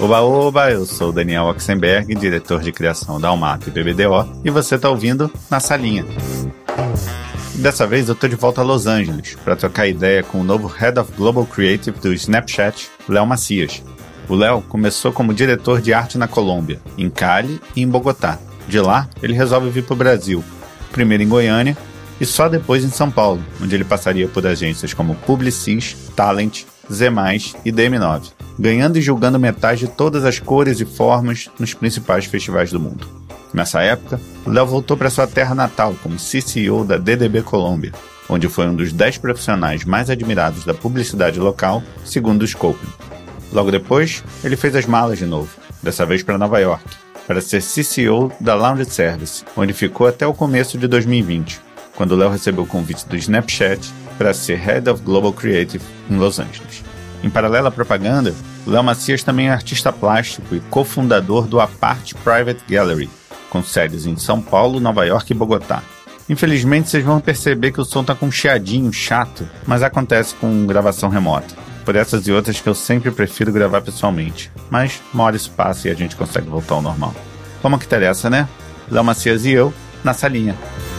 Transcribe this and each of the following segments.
Oba, oba, eu sou o Daniel Oxenberg, diretor de criação da Almato e BBDO, e você está ouvindo Na Salinha. Dessa vez eu tô de volta a Los Angeles para trocar ideia com o novo Head of Global Creative do Snapchat, Léo Macias. O Léo começou como diretor de arte na Colômbia, em Cali e em Bogotá. De lá, ele resolve vir para o Brasil, primeiro em Goiânia e só depois em São Paulo, onde ele passaria por agências como Publicis, Talent, Z+, e DM9, ganhando e julgando metais de todas as cores e formas nos principais festivais do mundo. Nessa época, Léo voltou para sua terra natal como CCO da DDB Colômbia, onde foi um dos 10 profissionais mais admirados da publicidade local, segundo o Scoping. Logo depois, ele fez as malas de novo, dessa vez para Nova York, para ser CCO da Laundry Service, onde ficou até o começo de 2020, quando Léo recebeu o convite do Snapchat para ser Head of Global Creative em Los Angeles. Em paralelo à propaganda, Léo Macias também é artista plástico e cofundador do Apart Private Gallery, com sedes em São Paulo, Nova York e Bogotá. Infelizmente, vocês vão perceber que o som tá com um chiadinho chato, mas acontece com gravação remota. Por essas e outras que eu sempre prefiro gravar pessoalmente. Mas uma hora isso passa e a gente consegue voltar ao normal. Como que interessa, né? Léo Macias e eu, na salinha.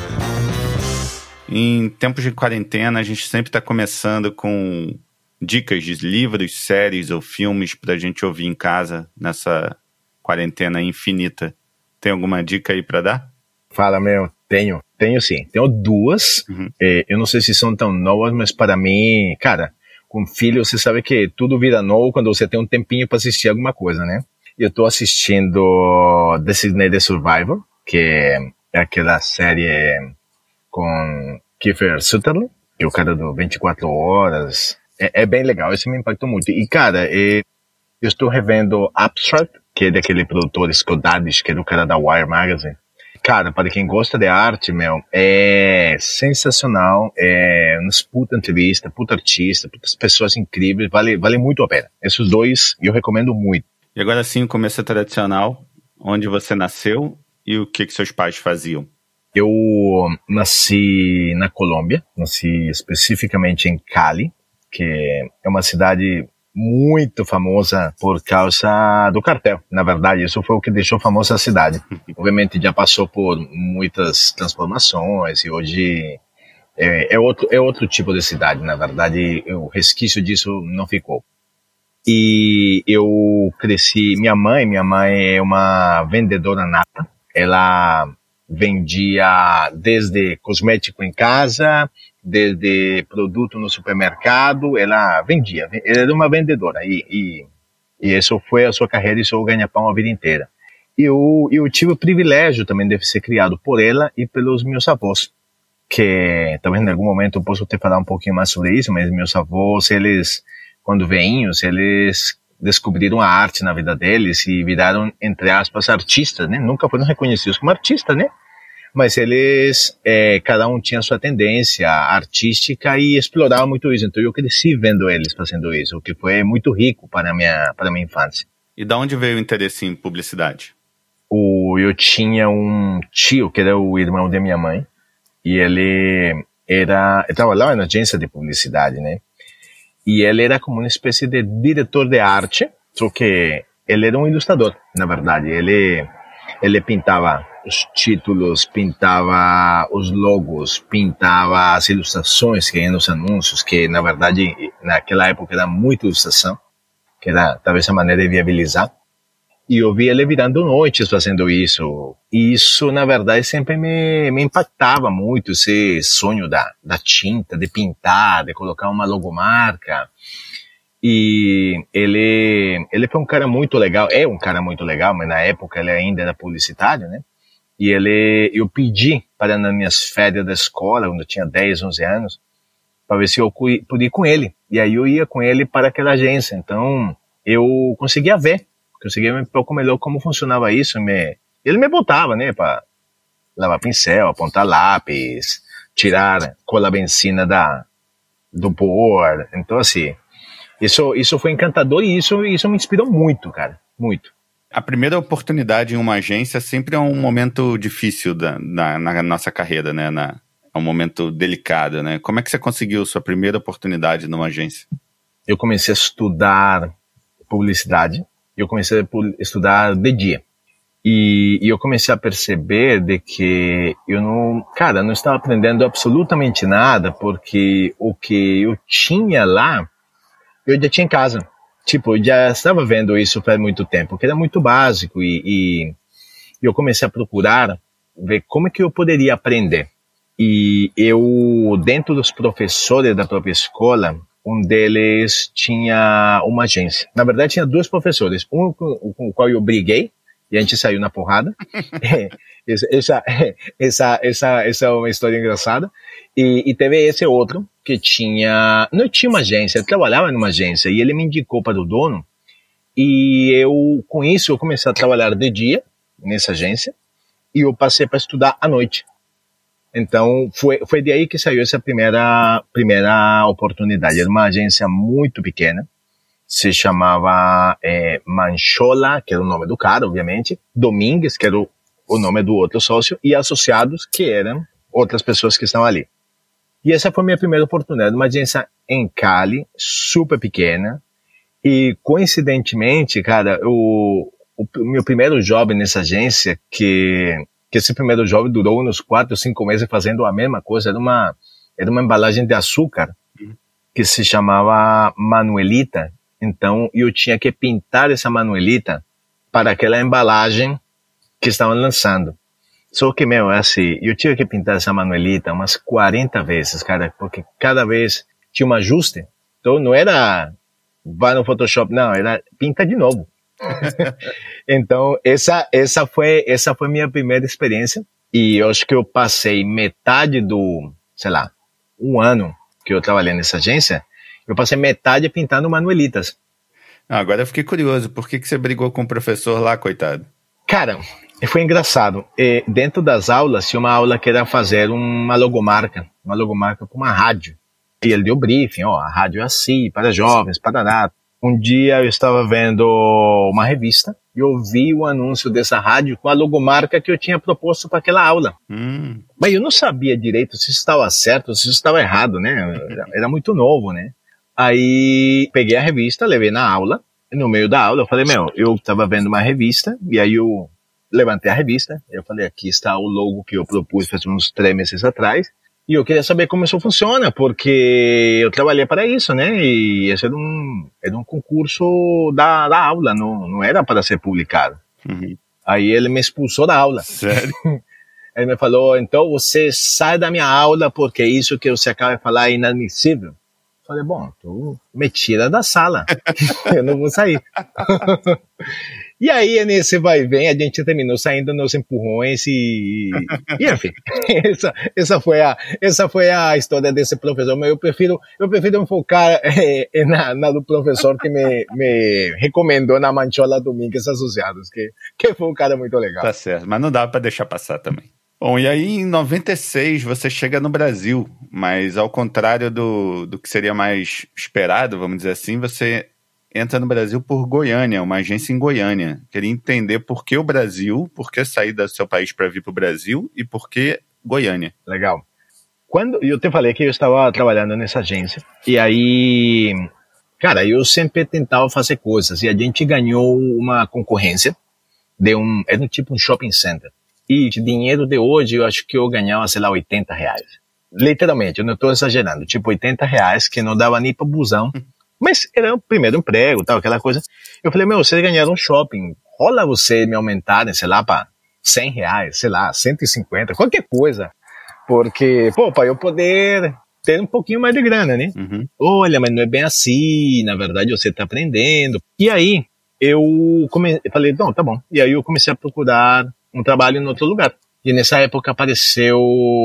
Em tempos de quarentena, a gente sempre está começando com dicas de livros, séries ou filmes para a gente ouvir em casa nessa quarentena infinita. Tem alguma dica aí para dar? Fala, meu. Tenho sim. Tenho duas. Eu não sei se são tão novas, mas para mim, cara, com filho, você sabe que tudo vira novo quando você tem um tempinho para assistir alguma coisa, né? Eu tô assistindo Designated Survivor, que é aquela série com Kiefer Sutherland, que é o cara do 24 Horas. É bem legal, isso me impactou muito. E, cara, eu estou revendo Abstract, que é daquele produtor Scott Dadish, que é do cara da Wire Magazine. Cara, para quem gosta de arte, meu, é sensacional, é uma puta entrevista, puta artista, putas pessoas incríveis, vale muito a pena. Esses dois eu recomendo muito. E agora sim, o começo tradicional, onde você nasceu e o que seus pais faziam? Eu nasci na Colômbia, nasci especificamente em Cali, que é uma cidade muito famosa por causa do cartel. Na verdade, isso foi o que deixou famosa a cidade. Obviamente já passou por muitas transformações e hoje é outro tipo de cidade. Na verdade, o resquício disso não ficou. E eu cresci, minha mãe é uma vendedora nata. Ela vendia desde cosmético em casa, desde produto no supermercado, ela vendia, ela era uma vendedora e isso foi a sua carreira e seu ganha-pão a vida inteira. E eu tive o privilégio também de ser criado por ela e pelos meus avós, que talvez em algum momento eu possa te falar um pouquinho mais sobre isso, mas meus avós, eles, quando veinhos, eles descobriram a arte na vida deles e viraram, entre aspas, artistas, né? Nunca foram reconhecidos como artistas, né? Mas eles, cada um tinha sua tendência artística e explorava muito isso. Então eu cresci vendo eles fazendo isso, o que foi muito rico para minha infância. E da onde veio o interesse em publicidade? Eu tinha um tio que era o irmão da minha mãe e ele trabalhava na agência de publicidade, né? E ele era como uma espécie de diretor de arte, só que ele era um ilustrador, na verdade. Ele pintava os títulos, pintava os logos, pintava as ilustrações que iam nos anúncios, que na verdade naquela época era muita ilustração, que era talvez a maneira de viabilizar. E eu vi ele virando noites fazendo isso. E isso, na verdade, sempre me impactava muito, esse sonho da tinta, de pintar, de colocar uma logomarca. E ele foi um cara muito legal, é um cara muito legal, mas na época ele ainda era publicitário, né? E eu pedi para nas minhas férias da escola, quando eu tinha 10, 11 anos, para ver se eu podia ir com ele. E aí eu ia com ele para aquela agência. Então, eu conseguia ver um pouco melhor como funcionava isso. Ele me botava, né, para lavar pincel, apontar lápis, tirar cola benzina do board. Então, assim, isso foi encantador e isso me inspirou muito, cara, muito. A primeira oportunidade em uma agência sempre é um momento difícil na nossa carreira, né? É um momento delicado, né? Como é que você conseguiu sua primeira oportunidade numa agência? Eu comecei a estudar publicidade eu comecei a estudar de dia. E eu comecei a perceber de que eu não estava aprendendo absolutamente nada, porque o que eu tinha lá, eu já tinha em casa. Tipo, eu já estava vendo isso faz muito tempo, que era muito básico, e eu comecei a procurar ver como é que eu poderia aprender. E eu, dentro dos professores da própria escola, um deles tinha uma agência. Na verdade, tinha dois professores, um com o qual eu briguei, e a gente saiu na porrada. Essa é uma história engraçada. E teve esse outro que não tinha uma agência, ele trabalhava numa agência, e ele me indicou para o dono, e com isso, eu comecei a trabalhar de dia nessa agência, e eu passei para estudar à noite. Então, foi de aí que saiu essa primeira oportunidade. Era uma agência muito pequena, se chamava Manchola, que era o nome do cara, obviamente, Domingues, que era o nome do outro sócio, e associados, que eram outras pessoas que estavam ali. E essa foi a minha primeira oportunidade, uma agência em Cali, super pequena, e coincidentemente, cara, o meu primeiro job nessa agência, que esse primeiro job durou uns 4 ou 5 meses fazendo a mesma coisa, era uma embalagem de açúcar, que se chamava Manuelita. Então, eu tinha que pintar essa Manuelita para aquela embalagem que estavam lançando. Só que, assim, eu tive que pintar essa Manuelita umas 40 vezes, cara, porque cada vez tinha um ajuste. Então, não era vá no Photoshop, não, era pinta de novo. Então, essa foi minha primeira experiência. E eu acho que eu passei metade sei lá, 1 ano que eu trabalhei nessa agência, eu passei metade pintando manuelitas. Agora eu fiquei curioso, por que você brigou com o professor lá, coitado? Cara, foi engraçado. Dentro das aulas, tinha uma aula que era fazer uma logomarca para uma rádio. E ele deu briefing, a rádio é assim, para jovens, para nada. Um dia eu estava vendo uma revista e eu vi o anúncio dessa rádio com a logomarca que eu tinha proposto para aquela aula. Mas eu não sabia direito se isso estava certo ou se isso estava errado, né? Era muito novo, né? Aí peguei a revista, levei na aula. E no meio da aula eu falei, eu estava vendo uma revista e aí eu levantei a revista. Eu falei, aqui está o logo que eu propus faz uns 3 meses atrás. E eu queria saber como isso funciona, porque eu trabalhei para isso, né? E esse era um concurso da aula, não era para ser publicado. Aí ele me expulsou da aula. Sério? Ele me falou, então você sai da minha aula porque isso que você acaba de falar é inadmissível. Eu falei, bom, tu me tira da sala. Eu não vou sair. E aí, nesse vai e vem, a gente terminou saindo nos empurrões e enfim, essa foi a história desse professor, mas eu prefiro enfocar na do professor que me recomendou na Manchola Domingues Associados, que foi um cara muito legal. Tá certo, mas não dá pra deixar passar também. Bom, e aí em 96 você chega no Brasil, mas ao contrário do que seria mais esperado, vamos dizer assim, você entra no Brasil por Goiânia, uma agência em Goiânia. Queria entender por que o Brasil, por que sair do seu país para vir para o Brasil e por que Goiânia. Legal. Quando eu te falei que eu estava trabalhando nessa agência, e aí, cara, eu sempre tentava fazer coisas, e a gente ganhou uma concorrência era tipo um shopping center. E de dinheiro de hoje, eu acho que eu ganhava, sei lá, R$80. Literalmente, eu não estou exagerando, tipo R$80 que não dava nem para busão. Mas era o primeiro emprego, tal, aquela coisa. Eu falei, vocês ganharam um shopping, rola você me aumentarem, sei lá, para R$100, sei lá, 150, qualquer coisa. Porque, para eu poder ter um pouquinho mais de grana, né? Olha, mas não é bem assim, na verdade você está aprendendo. E aí, eu falei, não, tá bom. E aí eu comecei a procurar um trabalho em outro lugar. E nessa época apareceu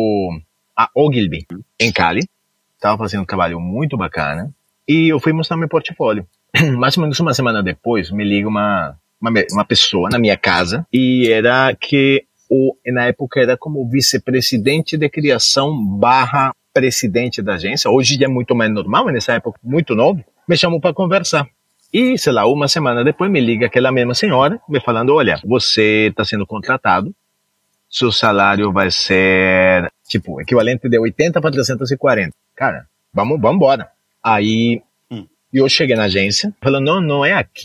a Ogilvy, em Cali. Estava fazendo um trabalho muito bacana. E eu fui mostrar meu portfólio. Mais ou menos uma semana depois, me liga uma pessoa na minha casa, e era que na época era como vice-presidente de criação / presidente da agência. Hoje é muito mais normal, mas nessa época muito novo. Me chamou para conversar. E, sei lá, uma semana depois me liga aquela mesma senhora, me falando, olha, você está sendo contratado, seu salário vai ser, tipo, equivalente de 80 para 340. Cara, vamos embora. Aí eu cheguei na agência, falando, não é aqui.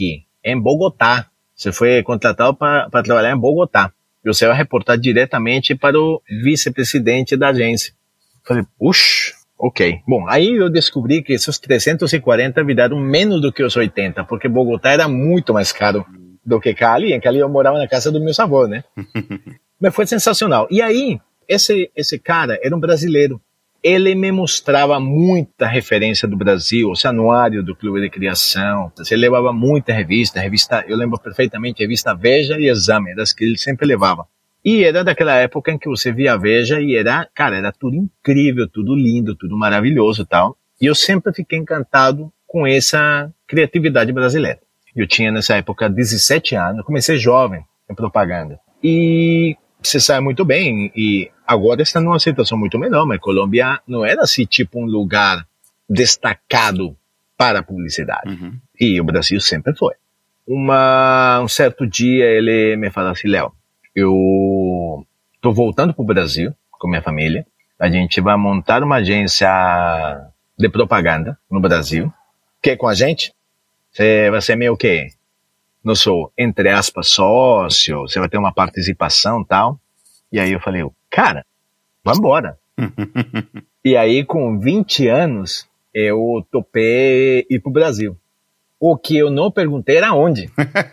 em Bogotá. Você foi contratado para trabalhar em Bogotá. E você vai reportar diretamente para o vice-presidente da agência. Falei, puxa, ok. Bom, aí eu descobri que esses 340 viraram menos do que os 80, porque Bogotá era muito mais caro do que Cali. Em Cali eu morava na casa dos meus avós, né? Mas foi sensacional. E aí, esse cara era um brasileiro. Ele me mostrava muita referência do Brasil, o anuário do Clube de Criação. Ele levava muita revista, eu lembro perfeitamente, a revista Veja e Exame, das que ele sempre levava. E era daquela época em que você via a Veja e era tudo incrível, tudo lindo, tudo maravilhoso e tal. E eu sempre fiquei encantado com essa criatividade brasileira. Eu tinha nessa época 17 anos, comecei jovem em propaganda. E você sabe muito bem, e agora está numa situação muito melhor, mas Colômbia não era assim tipo um lugar destacado para a publicidade. Uhum. E o Brasil sempre foi. Um certo dia ele me falou assim, Léo, eu estou voltando para o Brasil com minha família, a gente vai montar uma agência de propaganda no Brasil. Quer com a gente? Você vai ser meio que, não sou, entre aspas, sócio, você vai ter uma participação e tal. E aí eu falei, cara, vambora. E aí com 20 anos, eu topei ir pro Brasil. O que eu não perguntei era onde.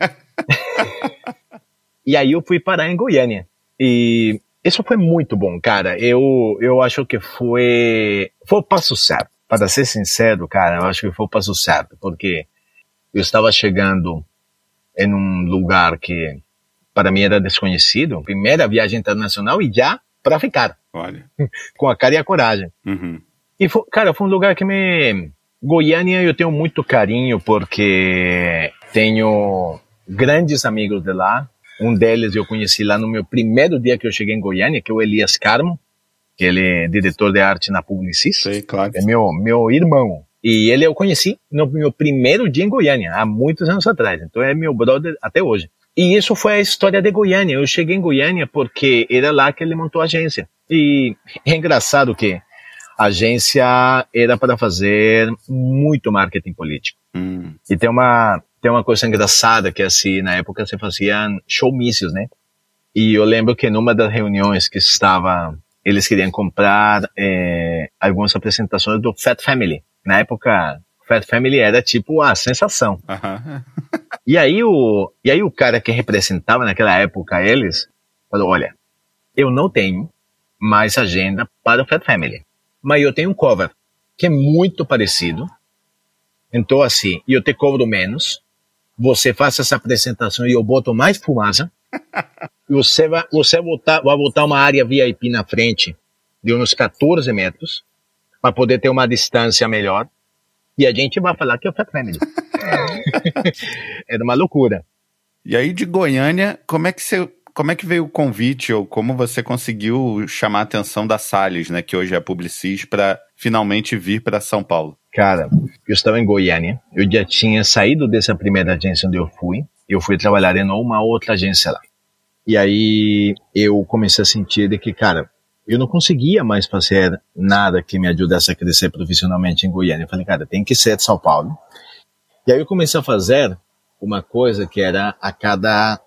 E aí eu fui parar em Goiânia. E isso foi muito bom, cara. Eu acho que foi o passo certo. Para ser sincero, cara, eu acho que foi o passo certo. Porque eu estava chegando em um lugar que para mim era desconhecido. Primeira viagem internacional e já para ficar. Olha. Com a cara e a coragem. Uhum. E foi um lugar que Goiânia eu tenho muito carinho porque tenho grandes amigos de lá. Um deles eu conheci lá no meu primeiro dia que eu cheguei em Goiânia, que é o Elias Carmo, que ele é diretor de arte na Publicis. Sei, claro. É meu irmão. E ele eu conheci no meu primeiro dia em Goiânia, há muitos anos atrás. Então é meu brother até hoje. E isso foi a história de Goiânia. Eu cheguei em Goiânia porque era lá que ele montou a agência. E é engraçado que a agência era para fazer muito marketing político. E tem uma coisa engraçada que assim, na época se faziam showmícios, né? E eu lembro que numa das reuniões que eles queriam comprar algumas apresentações do Fat Family. Na época, Fat Family era tipo a sensação. Uhum. E aí o cara que representava naquela época eles falou, olha, eu não tenho mais agenda para o Fat Family, mas eu tenho um cover que é muito parecido. Então assim, eu te cobro menos, você faz essa apresentação e eu boto mais fumaça, e você vai botar uma área VIP na frente de uns 14 metros, para poder ter uma distância melhor, e a gente vai falar que é o Fat Family. Era uma loucura. E aí de Goiânia, como é que veio o convite, ou como você conseguiu chamar a atenção da Salles, né, que hoje é a Publicis, para finalmente vir para São Paulo? Cara, eu estava em Goiânia, eu já tinha saído dessa primeira agência onde eu fui trabalhar em uma outra agência lá. E aí eu comecei a sentir de que, cara, eu não conseguia mais fazer nada que me ajudasse a crescer profissionalmente em Goiânia. Eu falei, cara, tem que ser de São Paulo. E aí eu comecei a fazer uma coisa que era a cada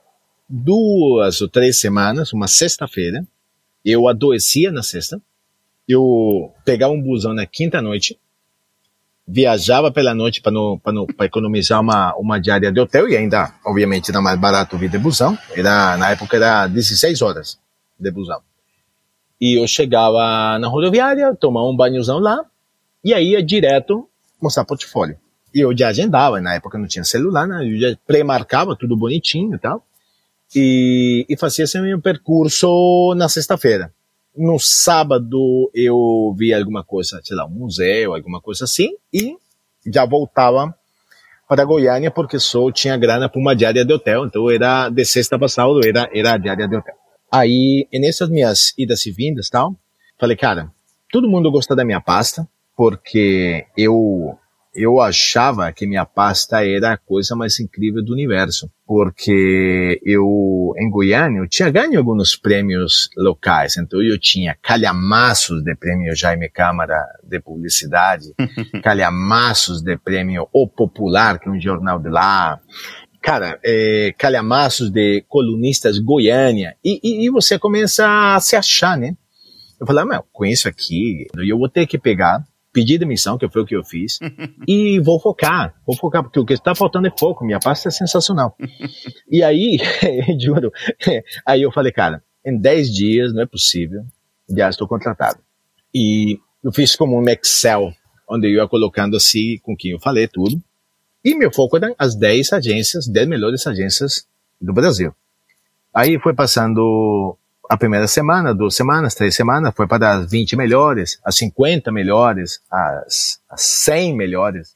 2 ou 3 semanas, uma sexta-feira, eu adoecia na sexta, eu pegava um busão na quinta-noite, viajava pela noite para economizar uma diária de hotel, e ainda, obviamente, era mais barato vir de busão. Na época era 16 horas de busão. E eu chegava na rodoviária, tomava um banhozão lá, e aí ia direto mostrar portfólio. E eu já agendava, na época não tinha celular, né? Eu já pré-marcava tudo bonitinho e tal, e fazia esse meu percurso na sexta-feira. No sábado eu via alguma coisa, sei lá, um museu, alguma coisa assim, e já voltava para Goiânia porque só tinha grana para uma diária de hotel, então era de sexta para sábado, era a diária de hotel. Aí, nessas minhas idas e vindas e tal, falei, cara, todo mundo gosta da minha pasta, porque eu achava que minha pasta era a coisa mais incrível do universo, porque em Goiânia, eu tinha ganho alguns prêmios locais, então eu tinha calhamaços de prêmio Jaime Câmara de publicidade, calhamaços de prêmio O Popular, que é um jornal de lá, cara, calhamaços de colunistas Goiânia, e você começa a se achar, né? Eu falei, meu, com isso aqui, eu vou ter que pedir demissão, que foi o que eu fiz, e vou focar, porque o que está faltando é foco, minha pasta é sensacional. E aí, juro, aí eu falei, cara, em 10 dias, não é possível, já estou contratado. E eu fiz como um Excel, onde eu ia colocando assim, com quem eu falei tudo, e meu foco era as 10 melhores agências do Brasil. Aí foi passando a primeira semana, 2 semanas, 3 semanas, foi para as 20 melhores, as 50 melhores, as 100 melhores.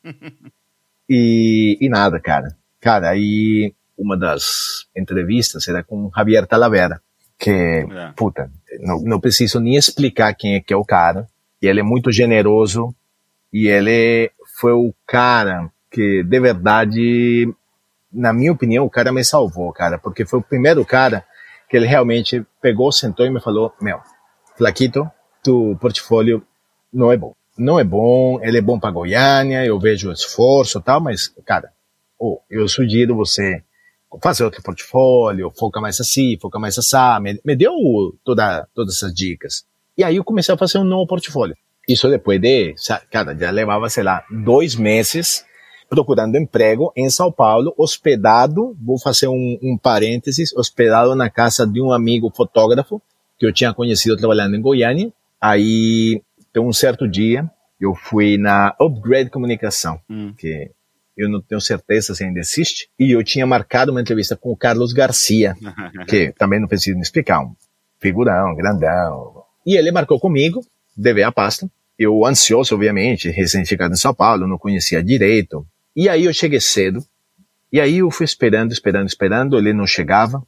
E nada, cara. Cara, aí uma das entrevistas era com Javier Talavera, que, puta, não preciso nem explicar quem é que é o cara. E ele é muito generoso, e ele foi o cara que, de verdade, na minha opinião, o cara me salvou, cara, porque foi o primeiro cara que ele realmente pegou, sentou e me falou, meu, Flaquito, tu portfólio não é bom. Não é bom, ele é bom para Goiânia, eu vejo o esforço e tal, mas, cara, eu sugiro você fazer outro portfólio, foca mais assim, foca mais assá, me deu todas essas dicas. E aí eu comecei a fazer um novo portfólio. Isso depois de, cara, já levava, sei lá, 2 meses procurando emprego em São Paulo, hospedado, vou fazer um parênteses, hospedado na casa de um amigo fotógrafo que eu tinha conhecido trabalhando em Goiânia. Aí, um certo dia, eu fui na Upgrade Comunicação, que eu não tenho certeza se ainda existe, e eu tinha marcado uma entrevista com o Carlos Garcia, que também não preciso me explicar, um figurão, grandão. E ele marcou comigo, de a pasta. Eu ansioso, obviamente, recém-chegado em São Paulo, não conhecia direito. E aí eu cheguei cedo, e aí eu fui esperando, ele não chegava,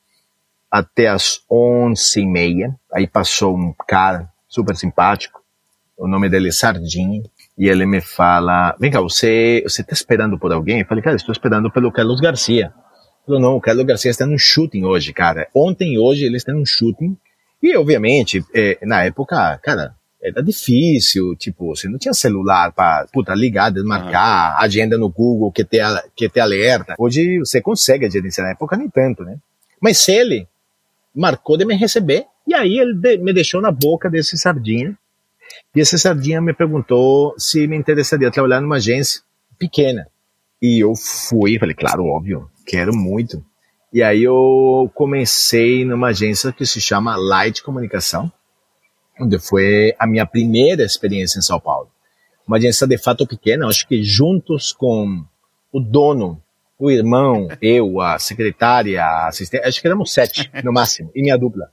até as 11h30, aí passou um cara super simpático, o nome dele é Sardinha, e ele me fala, vem cá, você tá esperando por alguém? Eu falei, cara, estou esperando pelo Carlos Garcia. Ele falou, não, o Carlos Garcia está num shooting hoje, cara, ontem e hoje ele está num shooting, e obviamente, na época, cara, era difícil, tipo, você não tinha celular para, ligar, desmarcar, agenda no Google, que te alerta. Hoje você consegue gerenciar, na época nem tanto, né? Mas ele marcou de me receber, e aí ele me deixou na boca desse Sardinha, e esse Sardinha me perguntou se me interessaria trabalhar numa agência pequena. E eu fui, falei, claro, óbvio, quero muito. E aí eu comecei numa agência que se chama Light Comunicação, onde foi a minha primeira experiência em São Paulo. Uma agência de fato pequena, acho que juntos com o dono, o irmão, eu, a secretária, a assistente, acho que éramos 7 no máximo, e minha dupla.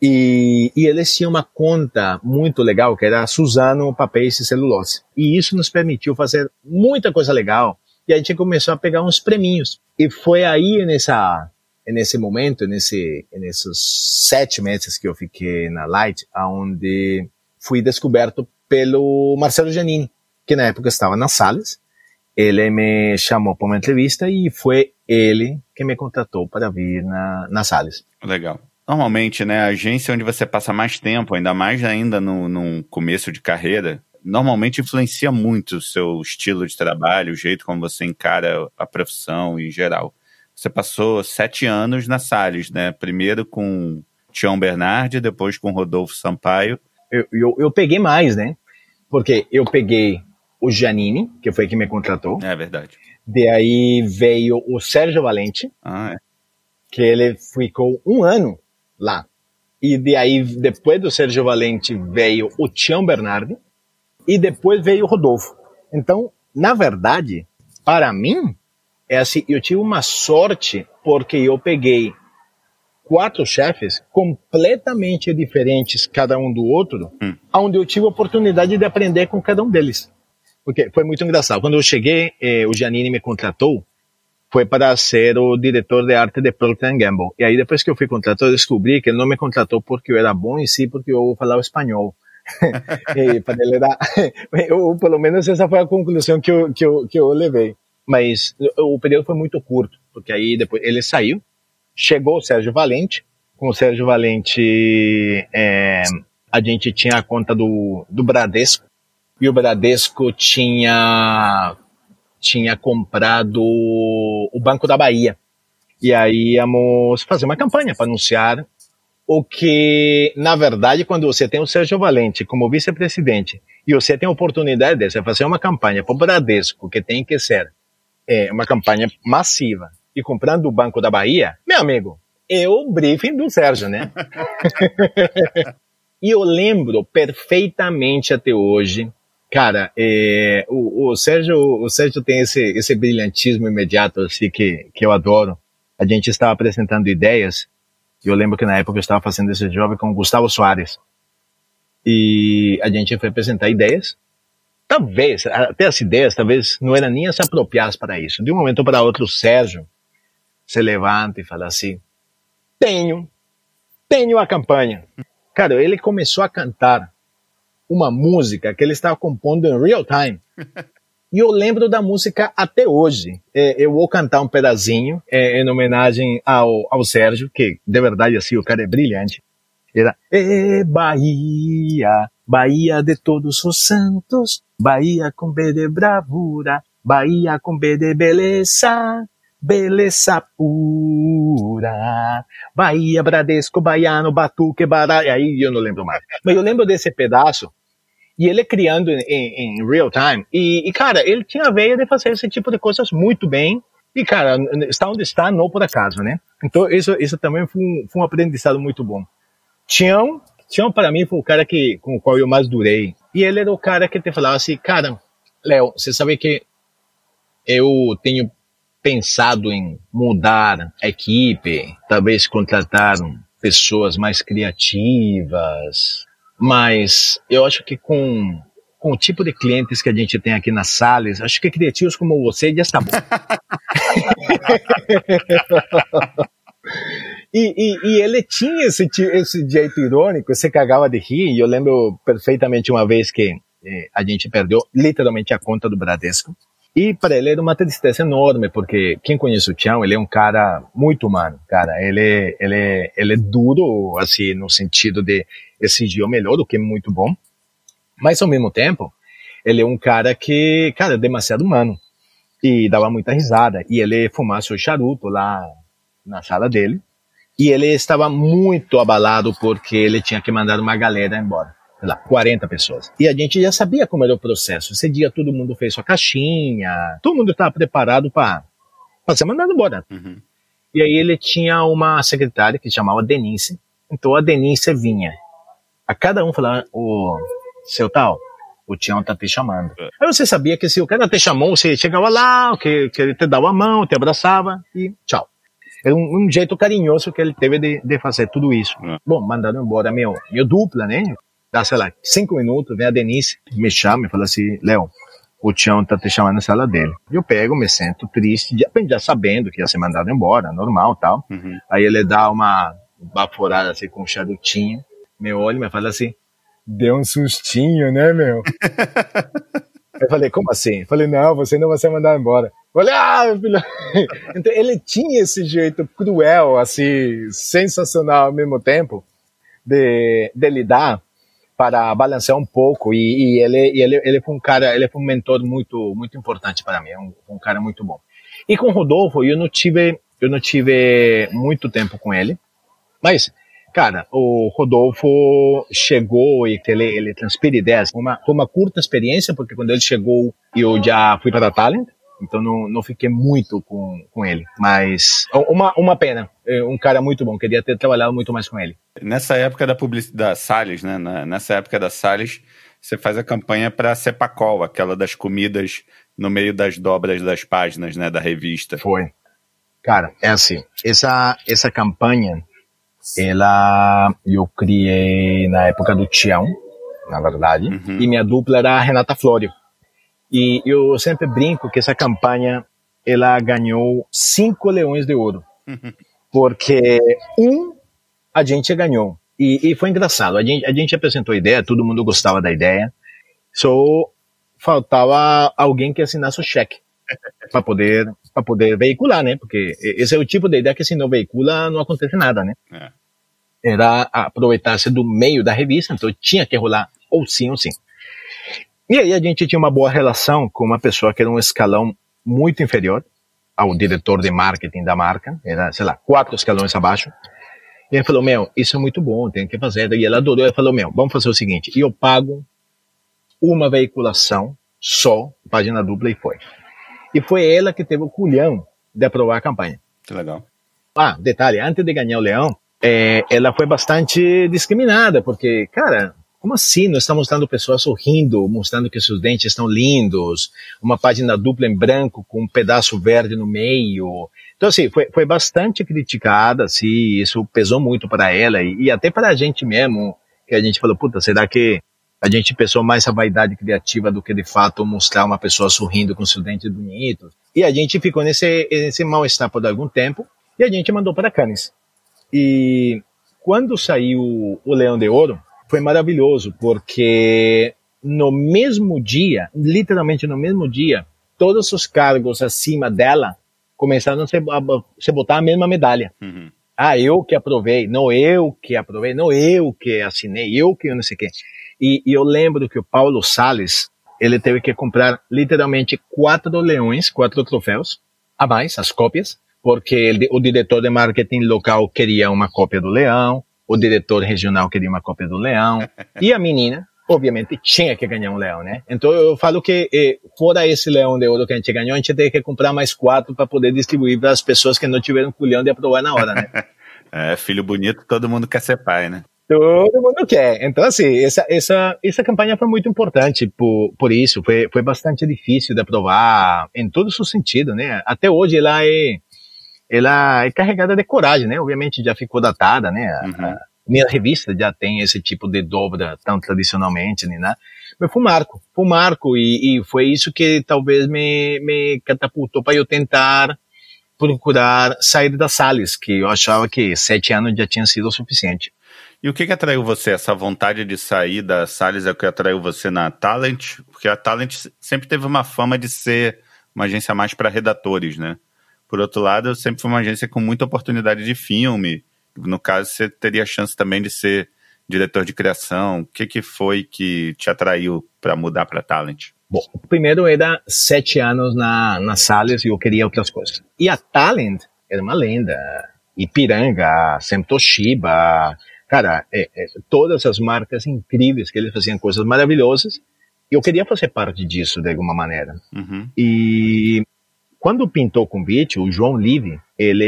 E eles tinham uma conta muito legal, que era Suzano Papéis e Celulose. E isso nos permitiu fazer muita coisa legal, e a gente começou a pegar uns preminhos. E foi aí nesse momento, nesses 7 meses que eu fiquei na Light, onde fui descoberto pelo Marcelo Giannini, que na época estava nas Salles. Ele me chamou para uma entrevista e foi ele que me contratou para vir nas Salles. Legal. Normalmente, né, a agência onde você passa mais tempo, ainda mais ainda no começo de carreira, normalmente influencia muito o seu estilo de trabalho, o jeito como você encara a profissão em geral. Você passou 7 anos na Salles, né? Primeiro com Tião Bernardi, depois com Rodolfo Sampaio. Eu peguei mais, né? Porque eu peguei o Giannini, que foi quem me contratou. É verdade. Daí veio o Sérgio Valente, que ele ficou 1 ano lá. E daí, depois do Sérgio Valente, veio o Tião Bernardi, e depois veio o Rodolfo. Então, na verdade, para mim, é assim, eu tive uma sorte porque eu peguei 4 chefes completamente diferentes, cada um do outro, onde eu tive a oportunidade de aprender com cada um deles. Porque foi muito engraçado. Quando eu cheguei, o Giannini me contratou, foi para ser o diretor de arte de Procter & Gamble. E aí, depois que eu fui contratado, eu descobri que ele não me contratou porque eu era bom, e sim porque eu falava espanhol. E para ele era... pelo menos essa foi a conclusão que eu levei. Mas o período foi muito curto, porque aí depois ele saiu, chegou o Sérgio Valente. Com o Sérgio Valente, a gente tinha a conta do Bradesco, e o Bradesco tinha comprado o Banco da Bahia. E aí íamos fazer uma campanha para anunciar o que, na verdade, quando você tem o Sérgio Valente como vice-presidente e você tem a oportunidade de fazer uma campanha para o Bradesco, que tem que ser uma campanha massiva, e comprando o Banco da Bahia, meu amigo, é o briefing do Sérgio, né? E eu lembro perfeitamente até hoje, cara, o Sérgio tem esse brilhantismo imediato, assim, que eu adoro. A gente estava apresentando ideias, e eu lembro que na época eu estava fazendo esse job com o Gustavo Soares. E a gente foi apresentar ideias. Talvez, até as ideias, talvez não eram nem as apropriadas para isso. De um momento para outro, o Sérgio se levanta e fala assim, tenho a campanha. Cara, ele começou a cantar uma música que ele estava compondo em real time. E eu lembro da música até hoje. Eu vou cantar um pedacinho em homenagem ao Sérgio, que de verdade assim, o cara é brilhante. Era Bahia, Bahia de todos os santos, Bahia com B de bravura, Bahia com B de beleza, beleza pura, Bahia, Bradesco, Baiano, Batuque, Bará, aí eu não lembro mais. Mas eu lembro desse pedaço, e ele criando em real time, e cara, ele tinha a veia de fazer esse tipo de coisas muito bem, e cara, está onde está, não por acaso, né? Então isso também foi um aprendizado muito bom. Tião para mim foi o cara com o qual eu mais durei, e ele era o cara que te falava assim, cara, Léo, você sabe que eu tenho pensado em mudar a equipe, talvez contratar pessoas mais criativas, mas eu acho que com o tipo de clientes que a gente tem aqui nas salas, acho que criativos como você já está bom. E ele tinha esse jeito irônico, você cagava de rir, e eu lembro perfeitamente uma vez que a gente perdeu literalmente a conta do Bradesco, e para ele era uma tristeza enorme, porque quem conhece o Tião, ele é um cara muito humano, cara, ele é duro, assim, no sentido de exigir o melhor, o que é muito bom, mas ao mesmo tempo, ele é um cara que, cara, é demasiado humano, e dava muita risada, e ele fumava seu charuto lá na sala dele, e ele estava muito abalado porque ele tinha que mandar uma galera embora. Sei lá, 40 pessoas. E a gente já sabia como era o processo. Esse dia todo mundo fez sua caixinha, todo mundo estava preparado para ser mandado embora. Uhum. E aí ele tinha uma secretária que chamava Denise. Então a Denise vinha. A cada um falava, ô, seu tal, o Tião tá te chamando. Aí você sabia que se o cara te chamou, você chegava lá, que ele te dava a mão, te abraçava e tchau. Era um jeito carinhoso que ele teve de fazer tudo isso. Bom, mandando embora meu dupla, né? Dá, sei lá, 5 minutos, vem a Denise, me chama e fala assim, Léo, o Tião tá te chamando na sala dele. Eu pego, me sinto triste, já sabendo que ia ser mandado embora, normal, tal. Uhum. Aí ele dá uma baforada assim com um charutinho, me olha e me fala assim, deu um sustinho, né, meu? Eu falei, como assim? Eu falei, não, você não vai ser mandado embora. Eu falei, meu filho. Então ele tinha esse jeito cruel, assim, sensacional ao mesmo tempo, de lidar para balancear um pouco, e ele foi um cara, ele foi um mentor muito, muito importante para mim, um cara muito bom. E com o Rodolfo, eu não tive muito tempo com ele, mas, cara, o Rodolfo chegou e ele transpira ideias, foi uma curta experiência, porque quando ele chegou, eu já fui para a Talent, então não fiquei muito com ele, mas uma pena, um cara muito bom, queria ter trabalhado muito mais com ele. Nessa época da publicidade da Salles, né? Nessa época da Salles, você faz a campanha para a Cepacol, aquela das comidas no meio das dobras das páginas, né, da revista. Foi. Cara, é assim, essa campanha, eu criei na época do Tião, na verdade, e minha dupla era a Renata Florio. E eu sempre brinco que essa campanha, ela ganhou 5 leões de ouro. Porque a gente ganhou. E foi engraçado. A gente apresentou a ideia, todo mundo gostava da ideia. Só faltava alguém que assinasse o cheque para poder veicular, né? Porque esse é o tipo de ideia que se não veicula, não acontece nada, né? É. Era aproveitar-se do meio da revista, então tinha que rolar ou sim ou sim. E aí a gente tinha uma boa relação com uma pessoa que era um escalão muito inferior, ao diretor de marketing da marca, era, sei lá, 4 escalões abaixo. E ele falou, isso é muito bom, tem que fazer. E ela adorou, ele falou, vamos fazer o seguinte, eu pago uma veiculação só, página dupla, e foi. E foi ela que teve o culhão de aprovar a campanha. Que legal. Detalhe, antes de ganhar o leão, ela foi bastante discriminada, porque, cara, como assim? Nós estamos mostrando pessoas sorrindo, mostrando que seus dentes estão lindos, uma página dupla em branco com um pedaço verde no meio. Então, assim, foi bastante criticada, assim, isso pesou muito para ela e até para a gente mesmo, que a gente falou, puta, será que a gente pensou mais a vaidade criativa do que, de fato, mostrar uma pessoa sorrindo com seus dentes bonitos? E a gente ficou nesse mal-estar por algum tempo e a gente mandou para Cannes. E quando saiu o Leão de Ouro, foi maravilhoso, porque no mesmo dia, literalmente no mesmo dia, todos os cargos acima dela começaram a se botar a mesma medalha. Uhum. Eu que aprovei, não eu que aprovei, não eu que assinei, eu que não sei o quê. E eu lembro que o Paulo Salles, ele teve que comprar literalmente 4 leões, 4 troféus, a mais, as cópias, porque o diretor de marketing local queria uma cópia do leão, o diretor regional queria uma cópia do leão, e a menina, obviamente, tinha que ganhar um leão, né? Então eu falo que, fora esse leão de ouro que a gente ganhou, a gente tem que comprar mais 4 para poder distribuir para as pessoas que não tiveram culhão de aprovar na hora, né? Filho bonito, todo mundo quer ser pai, né? Todo mundo quer. Então, assim, essa campanha foi muito importante por isso. Foi bastante difícil de aprovar em todos os sentidos, né? Até hoje ela é carregada de coragem, né? Obviamente já ficou datada, né? Uhum. Minha revista já tem esse tipo de dobra tão tradicionalmente, né? Mas foi um marco e foi isso que talvez me catapultou para eu tentar procurar sair da Salles, que eu achava que 7 anos já tinha sido o suficiente. E o que atraiu você? Essa vontade de sair da Salles é o que atraiu você na Talent? Porque a Talent sempre teve uma fama de ser uma agência mais para redatores, né? Por outro lado, sempre foi uma agência com muita oportunidade de filme. No caso, você teria a chance também de ser diretor de criação. O que foi que te atraiu para mudar para Talent? Bom, primeiro era 7 anos na Salles e eu queria outras coisas. E a Talent era uma lenda. Ipiranga, Toshiba, cara, todas as marcas incríveis que eles faziam coisas maravilhosas. E eu queria fazer parte disso de alguma maneira. Uhum. E quando pintou o convite, o João Live,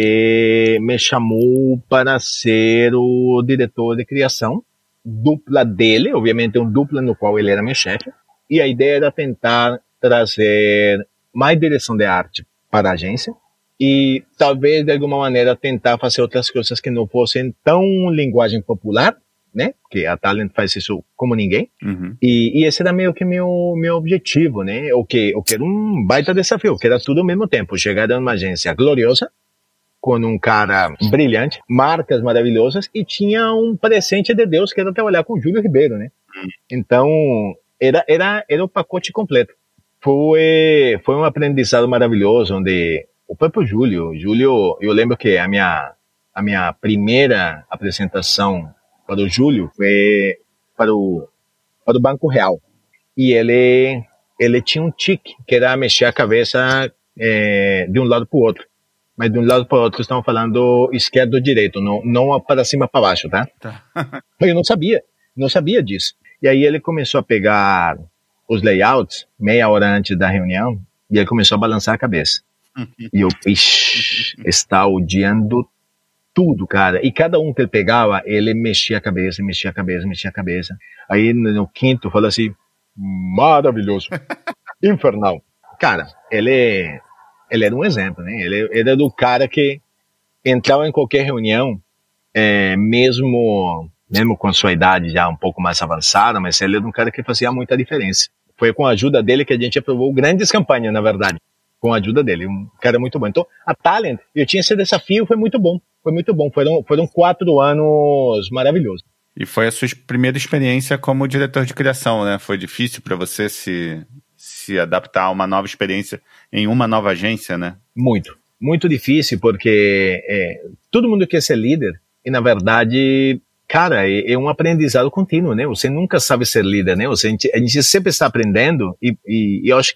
ele me chamou para ser o diretor de criação, dupla dele, obviamente um dupla no qual ele era meu chefe, e a ideia era tentar trazer mais direção de arte para a agência e talvez de alguma maneira tentar fazer outras coisas que não fossem tão linguagem popular, né? Porque a Talent faz isso como ninguém. Uhum. E esse era meio que meu objetivo, né? O que era um baita desafio, que era tudo ao mesmo tempo. Chegar a uma agência gloriosa, com um cara brilhante, marcas maravilhosas, e tinha um presente de Deus, que era trabalhar com o Júlio Ribeiro, né? Então, era o pacote completo. Foi um aprendizado maravilhoso, onde o próprio Júlio, eu lembro que a minha primeira apresentação para o Júlio foi para o Banco Real. E ele tinha um tique, que era mexer a cabeça de um lado para o outro. Mas de um lado para o outro estamos falando esquerdo ou direito, não para cima para baixo, tá? Mas eu não sabia disso. E aí ele começou a pegar os layouts meia hora antes da reunião e ele começou a balançar a cabeça. E eu, está odiando tudo, cara. E cada um que ele pegava, ele mexia a cabeça, mexia a cabeça, mexia a cabeça. Aí no quinto falou assim, maravilhoso, infernal. Cara, ele era um exemplo, né? Ele era do cara que entrava em qualquer reunião, mesmo com sua idade já um pouco mais avançada, mas ele era um cara que fazia muita diferença. Foi com a ajuda dele que a gente aprovou grandes campanhas, na verdade. Com a ajuda dele, um cara muito bom. Então, a Talent, eu tinha esse desafio, foi muito bom. Foram 4 anos maravilhosos. E foi a sua primeira experiência como diretor de criação, né? Foi difícil para você se adaptar a uma nova experiência em uma nova agência, né? Muito difícil, porque todo mundo quer ser líder e, na verdade, cara, é um aprendizado contínuo, né? Você nunca sabe ser líder, né? A gente sempre está aprendendo e eu acho que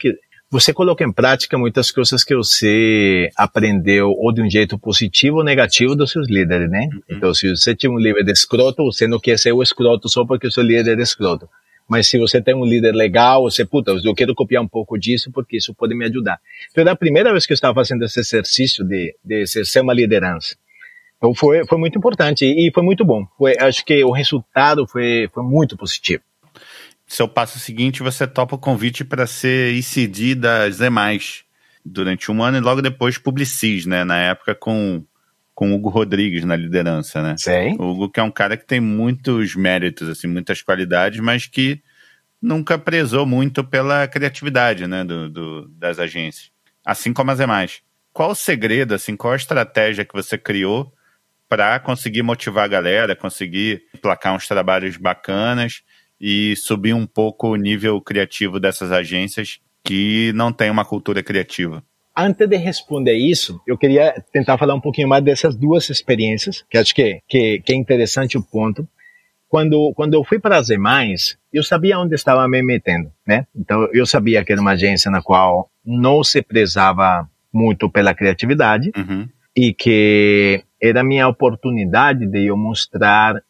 você coloca em prática muitas coisas que você aprendeu ou de um jeito positivo ou negativo dos seus líderes, né? Então, se você tinha um líder escroto, você não quer ser o escroto só porque o seu líder é escroto. Mas se você tem um líder legal, você, eu quero copiar um pouco disso porque isso pode me ajudar. Então, era a primeira vez que eu estava fazendo esse exercício de ser uma liderança. Então, foi muito importante e foi muito bom. Acho que o resultado foi muito positivo. Seu passo seguinte, você topa o convite para ser ICD da Zemais durante um ano e logo depois Publicis, né? Na época com o Hugo Rodrigues na liderança, né? Sim. O Hugo que é um cara que tem muitos méritos, assim, muitas qualidades, mas que nunca prezou muito pela criatividade, né? Das agências. Assim como a Zemais. Qual o segredo, assim, qual a estratégia que você criou para conseguir motivar a galera, conseguir emplacar uns trabalhos bacanas e subir um pouco o nível criativo dessas agências que não tem uma cultura criativa? Antes de responder isso, eu queria tentar falar um pouquinho mais dessas duas experiências, que acho que é interessante o ponto. Quando eu fui para as Zemais, eu sabia onde estava me metendo, né? Então, eu sabia que era uma agência na qual não se prezava muito pela criatividade e que era a minha oportunidade de eu mostrar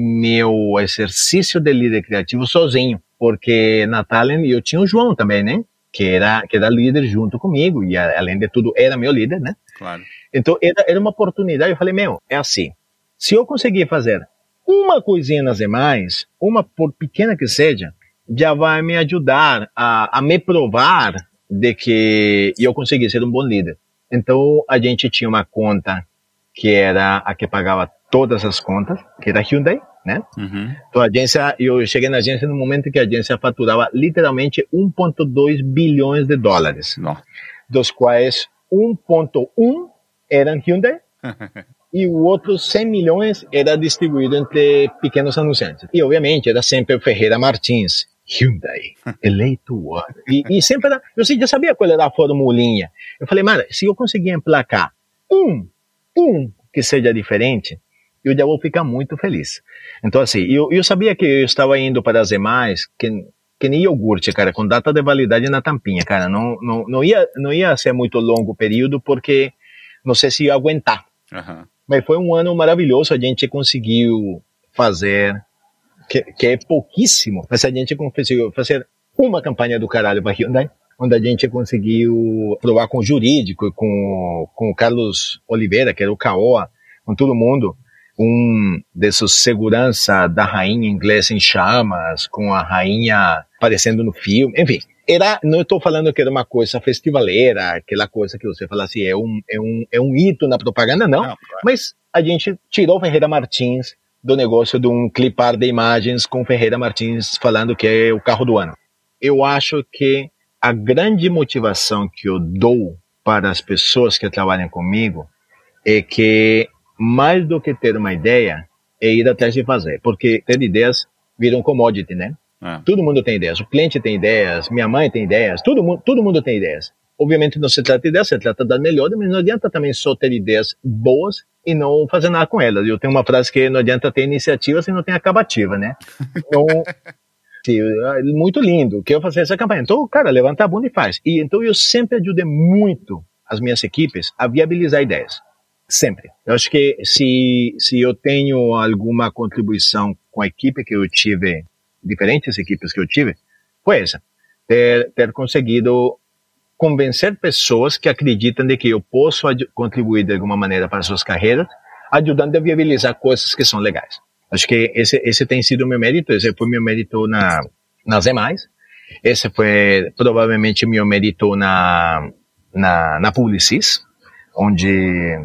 meu exercício de líder criativo sozinho, porque na Talent eu tinha o João também, né? Que era líder junto comigo e além de tudo era meu líder, né? Claro. Então era uma oportunidade. Eu falei, é assim, se eu conseguir fazer uma coisinha nas demais, uma por pequena que seja, já vai me ajudar a me provar de que eu consegui ser um bom líder. Então a gente tinha uma conta que era a que pagava todas as contas, que era a Hyundai, né? Então a agência, eu cheguei na agência no momento que a agência faturava literalmente 1,2 bilhões de dólares, dos quais 1,1 eram Hyundai e o outro 100 milhões era distribuído entre pequenos anunciantes. E obviamente era sempre o Ferreira Martins, Hyundai, eleito o ano. E sempre era, eu já sabia qual era a formulinha. Eu falei, mano, se eu conseguir emplacar um que seja diferente, eu já vou ficar muito feliz. Então, assim, eu sabia que eu estava indo para as demais, que nem iogurte, cara, com data de validade na tampinha, cara. Não ia ser muito longo o período, porque não sei se ia aguentar. Mas foi um ano maravilhoso, a gente conseguiu fazer, que é pouquíssimo, mas a gente conseguiu fazer uma campanha do caralho para Hyundai, onde a gente conseguiu provar com o jurídico, com o Carlos Oliveira, que era o Caoa, com todo mundo, desses segurança da rainha inglesa em chamas, com a rainha aparecendo no filme, enfim. Não estou falando que era uma coisa festivaleira, aquela coisa que você fala assim, é um hito na propaganda, não. Claro. Mas a gente tirou Ferreira Martins do negócio de um clipar de imagens com Ferreira Martins falando que é o carro do ano. Eu acho que a grande motivação que eu dou para as pessoas que trabalham comigo é que, mais do que ter uma ideia, é ir atrás de fazer. Porque ter ideias vira um commodity, né? Todo mundo tem ideias. O cliente tem ideias, minha mãe tem ideias, todo mundo tem ideias. Obviamente não se trata de ideias, se trata das melhores, mas não adianta também só ter ideias boas e não fazer nada com elas. Eu tenho uma frase que não adianta ter iniciativa se não tem acabativa, né? Então, muito lindo, quero fazer essa campanha. Então, cara, levanta a bunda e faz. E então eu sempre ajudei muito as minhas equipes a viabilizar ideias. Sempre. Eu acho que se eu tenho alguma contribuição com a equipe que eu tive, diferentes equipes que eu tive, foi essa. Ter conseguido convencer pessoas que acreditam de que eu posso contribuir de alguma maneira para suas carreiras, ajudando a viabilizar coisas que são legais. Acho que esse tem sido o meu mérito, esse foi meu mérito nas demais, esse foi provavelmente meu mérito na Publicis, onde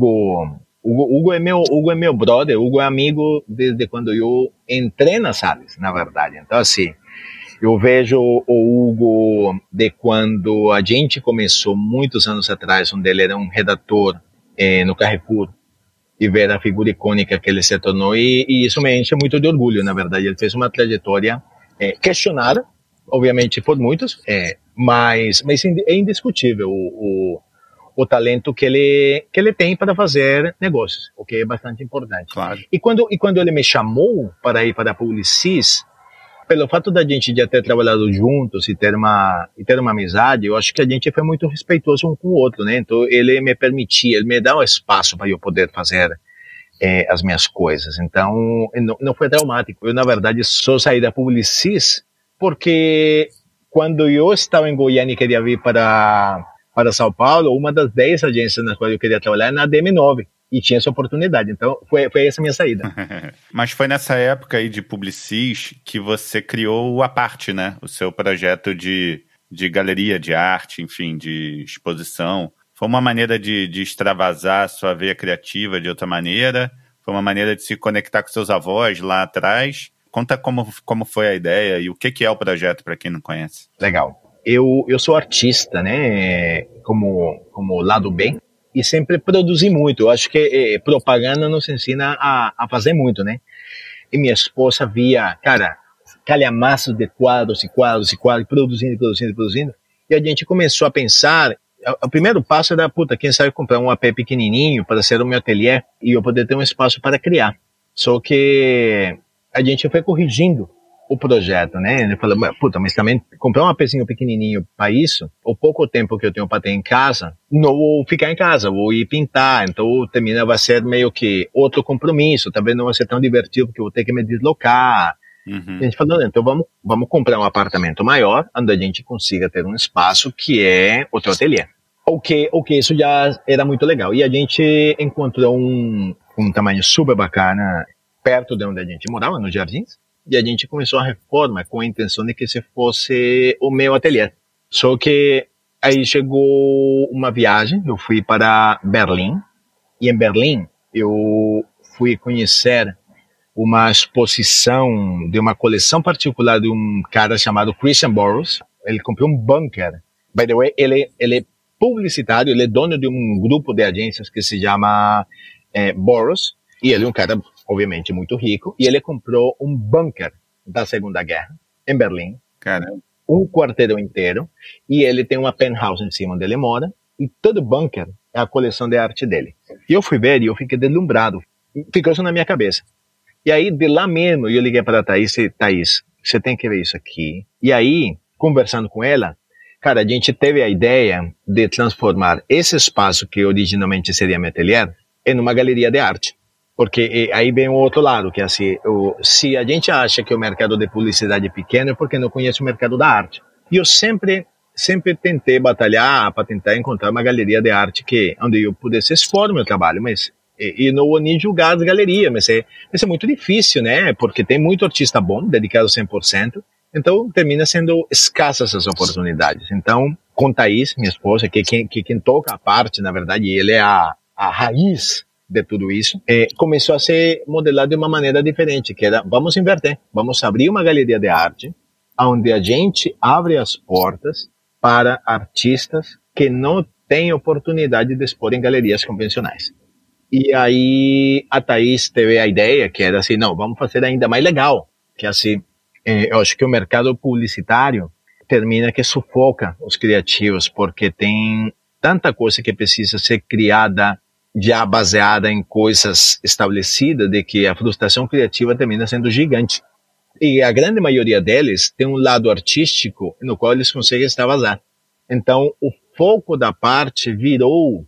Hugo é meu brother, Hugo é amigo desde quando eu entrei nas salas, na verdade. Então, assim, eu vejo o Hugo de quando a gente começou, muitos anos atrás, onde ele era um redator no Carrefour, e ver a figura icônica que ele se tornou, e isso me enche muito de orgulho, na verdade. Ele fez uma trajetória questionada, obviamente por muitos, mas é indiscutível o talento que ele tem para fazer negócios, o que é bastante importante. Claro. E quando ele me chamou para ir para a Publicis, pelo fato da gente já ter trabalhado juntos e ter uma amizade, eu acho que a gente foi muito respeitoso um com o outro, né? Então ele me permitia, ele me dá um espaço para eu poder fazer as minhas coisas. Então não foi traumático. Eu na verdade só saí da Publicis porque quando eu estava em Goiânia e queria vir para São Paulo, uma das 10 agências nas quais eu queria trabalhar era na DM9. E tinha essa oportunidade. Então, foi essa a minha saída. Mas foi nessa época aí de Publicis que você criou o Aparte, né? O seu projeto de galeria de arte, enfim, de exposição. Foi uma maneira de extravasar a sua veia criativa de outra maneira? Foi uma maneira de se conectar com seus avós lá atrás? Conta como foi a ideia e o que é o projeto, para quem não conhece. Legal. Eu sou artista, né? Como lado B. E sempre produzi muito. Eu acho que propaganda nos ensina a fazer muito, né? E minha esposa via, cara, calhamaços de quadros e quadros e quadros, produzindo. E a gente começou a pensar, o primeiro passo era, quem sabe comprar um AP pequenininho para ser o meu ateliê e eu poder ter um espaço para criar. Só que a gente foi corrigindo o projeto, né? Ele falou, mas também comprar um APzinho pequenininho para isso, o pouco tempo que eu tenho para ter em casa, não vou ficar em casa, vou ir pintar, então vai ser meio que outro compromisso, talvez não vai ser tão divertido porque eu vou ter que me deslocar. Uhum. A gente falou, então vamos comprar um apartamento maior, onde a gente consiga ter um espaço que é o teu ateliê. O que isso já era muito legal. E a gente encontrou um tamanho super bacana perto de onde a gente morava, nos Jardins. E a gente começou a reforma com a intenção de que esse fosse o meu ateliê. Só que aí chegou uma viagem, eu fui para Berlim. E em Berlim eu fui conhecer uma exposição de uma coleção particular de um cara chamado Christian Boros. Ele comprou um bunker. By the way, ele é publicitário, ele é dono de um grupo de agências que se chama Boros. E ele é um cara, obviamente, muito rico. E ele comprou um bunker da Segunda Guerra, em Berlim. Caramba. Um quarteirão inteiro. E ele tem uma penthouse em cima onde ele mora. E todo bunker é a coleção de arte dele. E eu fui ver e eu fiquei deslumbrado. Ficou isso na minha cabeça. E aí, de lá mesmo, eu liguei para a Thaís. Thaís, você tem que ver isso aqui. E aí, conversando com ela, cara, a gente teve a ideia de transformar esse espaço que originalmente seria meu ateliê em uma galeria de arte. Porque aí vem o outro lado, que é assim, se a gente acha que o mercado de publicidade é pequeno, é porque não conhece o mercado da arte. E eu sempre tentei batalhar para tentar encontrar uma galeria de arte onde eu pudesse expor o meu trabalho, mas e não vou nem julgar as galerias, mas é muito difícil, né? Porque tem muito artista bom, dedicado 100%, então termina sendo escassas essas oportunidades. Então, com Thaís, minha esposa, que quem toca a parte, na verdade, ele é a raiz de tudo isso, começou a ser modelado de uma maneira diferente, que era, vamos inverter, vamos abrir uma galeria de arte, onde a gente abre as portas para artistas que não têm oportunidade de expor em galerias convencionais. E aí a Thaís teve a ideia, que era assim, não, vamos fazer ainda mais legal, que assim, eu acho que o mercado publicitário termina que sufoca os criativos, porque tem tanta coisa que precisa ser criada já baseada em coisas estabelecidas, de que a frustração criativa termina sendo gigante. E a grande maioria deles tem um lado artístico no qual eles conseguem extravasar. Então, o foco da parte virou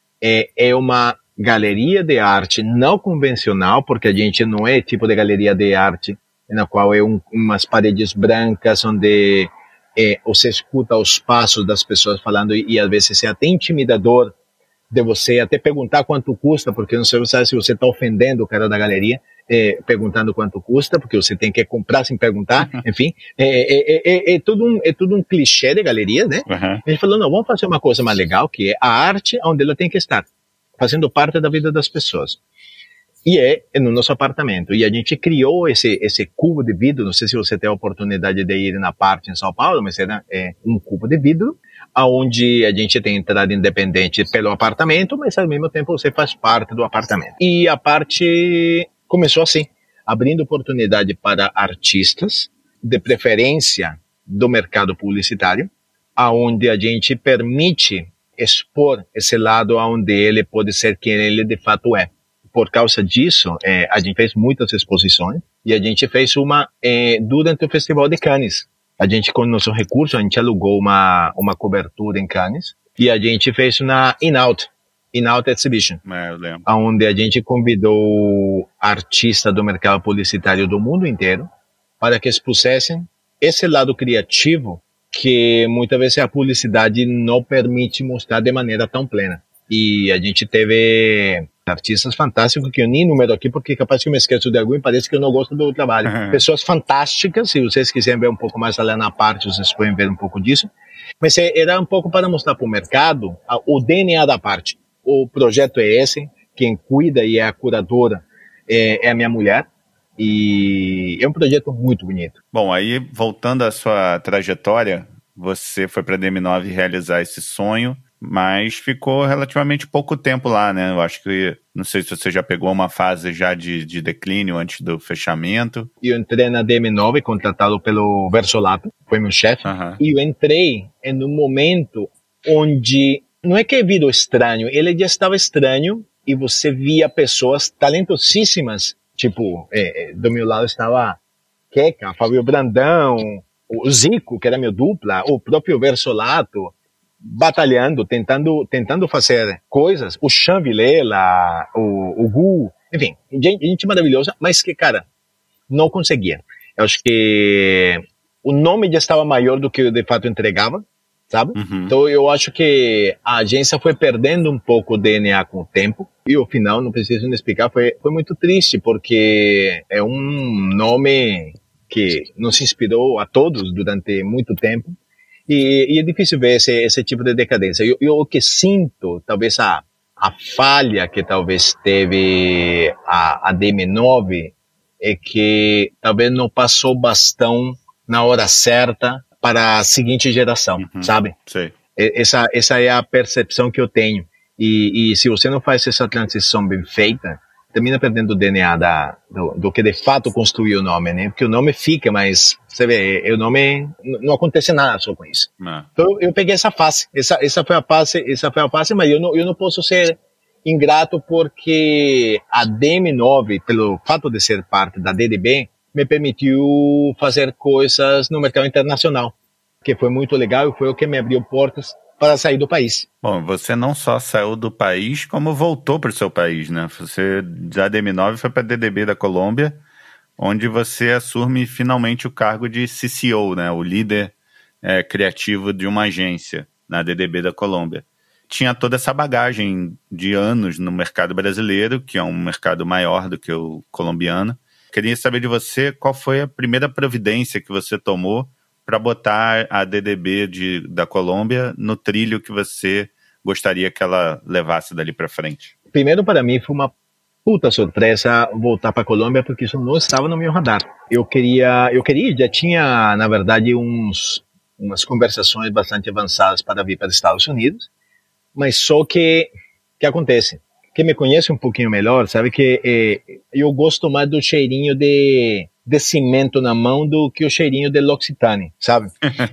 uma galeria de arte não convencional, porque a gente não é tipo de galeria de arte na qual é umas paredes brancas onde você escuta os passos das pessoas falando e às vezes é até intimidador de você até perguntar quanto custa, porque não sei se você está ofendendo o cara da galeria, perguntando quanto custa, porque você tem que comprar sem perguntar, enfim, é tudo um clichê de galeria, né? Uhum. A gente falou, não, vamos fazer uma coisa mais legal, que é a arte onde ela tem que estar, fazendo parte da vida das pessoas. E no nosso apartamento. E a gente criou esse cubo de vidro, não sei se você tem a oportunidade de ir na parte em São Paulo, mas era um cubo de vidro, onde a gente tem entrada independente pelo apartamento, mas ao mesmo tempo você faz parte do apartamento. E a parte começou assim, abrindo oportunidade para artistas, de preferência do mercado publicitário, onde a gente permite expor esse lado onde ele pode ser quem ele de fato é. por causa disso, a gente fez muitas exposições e a gente fez uma durante o Festival de Cannes. A gente, com nosso recurso, a gente alugou uma cobertura em Cannes e a gente fez uma In-Out Exhibition, Eu lembro. onde a gente convidou artistas do mercado publicitário do mundo inteiro para que expusessem esse lado criativo que muitas vezes a publicidade não permite mostrar de maneira tão plena. E a gente teve artistas fantásticos que eu nem numero aqui porque capaz que eu me esqueço de algum e parece que eu não gosto do trabalho. Pessoas fantásticas, se vocês quiserem ver um pouco mais lá na parte, vocês podem ver um pouco disso. Mas era um pouco para mostrar para o mercado o DNA da parte. O projeto é esse, quem cuida e é a curadora é a minha mulher. E é um projeto muito bonito. Bom, aí voltando à sua trajetória, você foi para a DM9 realizar esse sonho, mas ficou relativamente pouco tempo lá, né? Eu acho que, não sei se você já pegou uma fase já de declínio antes do fechamento. Eu entrei na DM9, contratado pelo Versolato, foi meu chefe, e eu entrei em um momento onde, não é que virou estranho, ele já estava estranho, e você via pessoas talentosíssimas, tipo, do meu lado estava Queca, Fábio Brandão, o Zico, que era meu dupla, o próprio Versolato, batalhando, tentando fazer coisas, o Sean Vilela, o Gu, enfim, gente maravilhosa, mas que, cara, não conseguia. Eu acho que o nome já estava maior do que eu de fato entregava, sabe? Então eu acho que a agência foi perdendo um pouco o DNA com o tempo, e o final, não preciso nem explicar, foi muito triste, porque é um nome que nos inspirou a todos durante muito tempo, e é difícil ver esse tipo de decadência. Eu o que sinto, talvez a falha que talvez teve a DM9 é que talvez não passou bastão na hora certa para a seguinte geração, sabe? Sim. Essa é a percepção que eu tenho. E se você não faz essa transição bem feita, termina perdendo o DNA do que de fato construiu o nome, né? Porque o nome fica, mas você vê, o nome não acontece nada só com isso. Então eu peguei essa fase, essa foi a fase, mas eu não posso ser ingrato porque a DM9, pelo fato de ser parte da DDB, me permitiu fazer coisas no mercado internacional, que foi muito legal e foi o que me abriu portas para sair do país. Bom, você não só saiu do país, como voltou para o seu país, né? Você, da DM9, foi para a DDB da Colômbia, onde você assume finalmente o cargo de CCO, né? O líder criativo de uma agência na DDB da Colômbia. Tinha toda essa bagagem de anos no mercado brasileiro, que é um mercado maior do que o colombiano. Queria saber de você qual foi a primeira providência que você tomou para botar a DDB da Colômbia no trilho que você gostaria que ela levasse dali para frente? Primeiro, para mim, foi uma puta surpresa voltar para a Colômbia, porque isso não estava no meu radar. Eu queria, já tinha, na verdade, umas conversações bastante avançadas para vir para os Estados Unidos, mas só que acontece? Quem me conhece um pouquinho melhor sabe que eu gosto mais do cheirinho de cimento na mão do que o cheirinho de L'Occitane, sabe?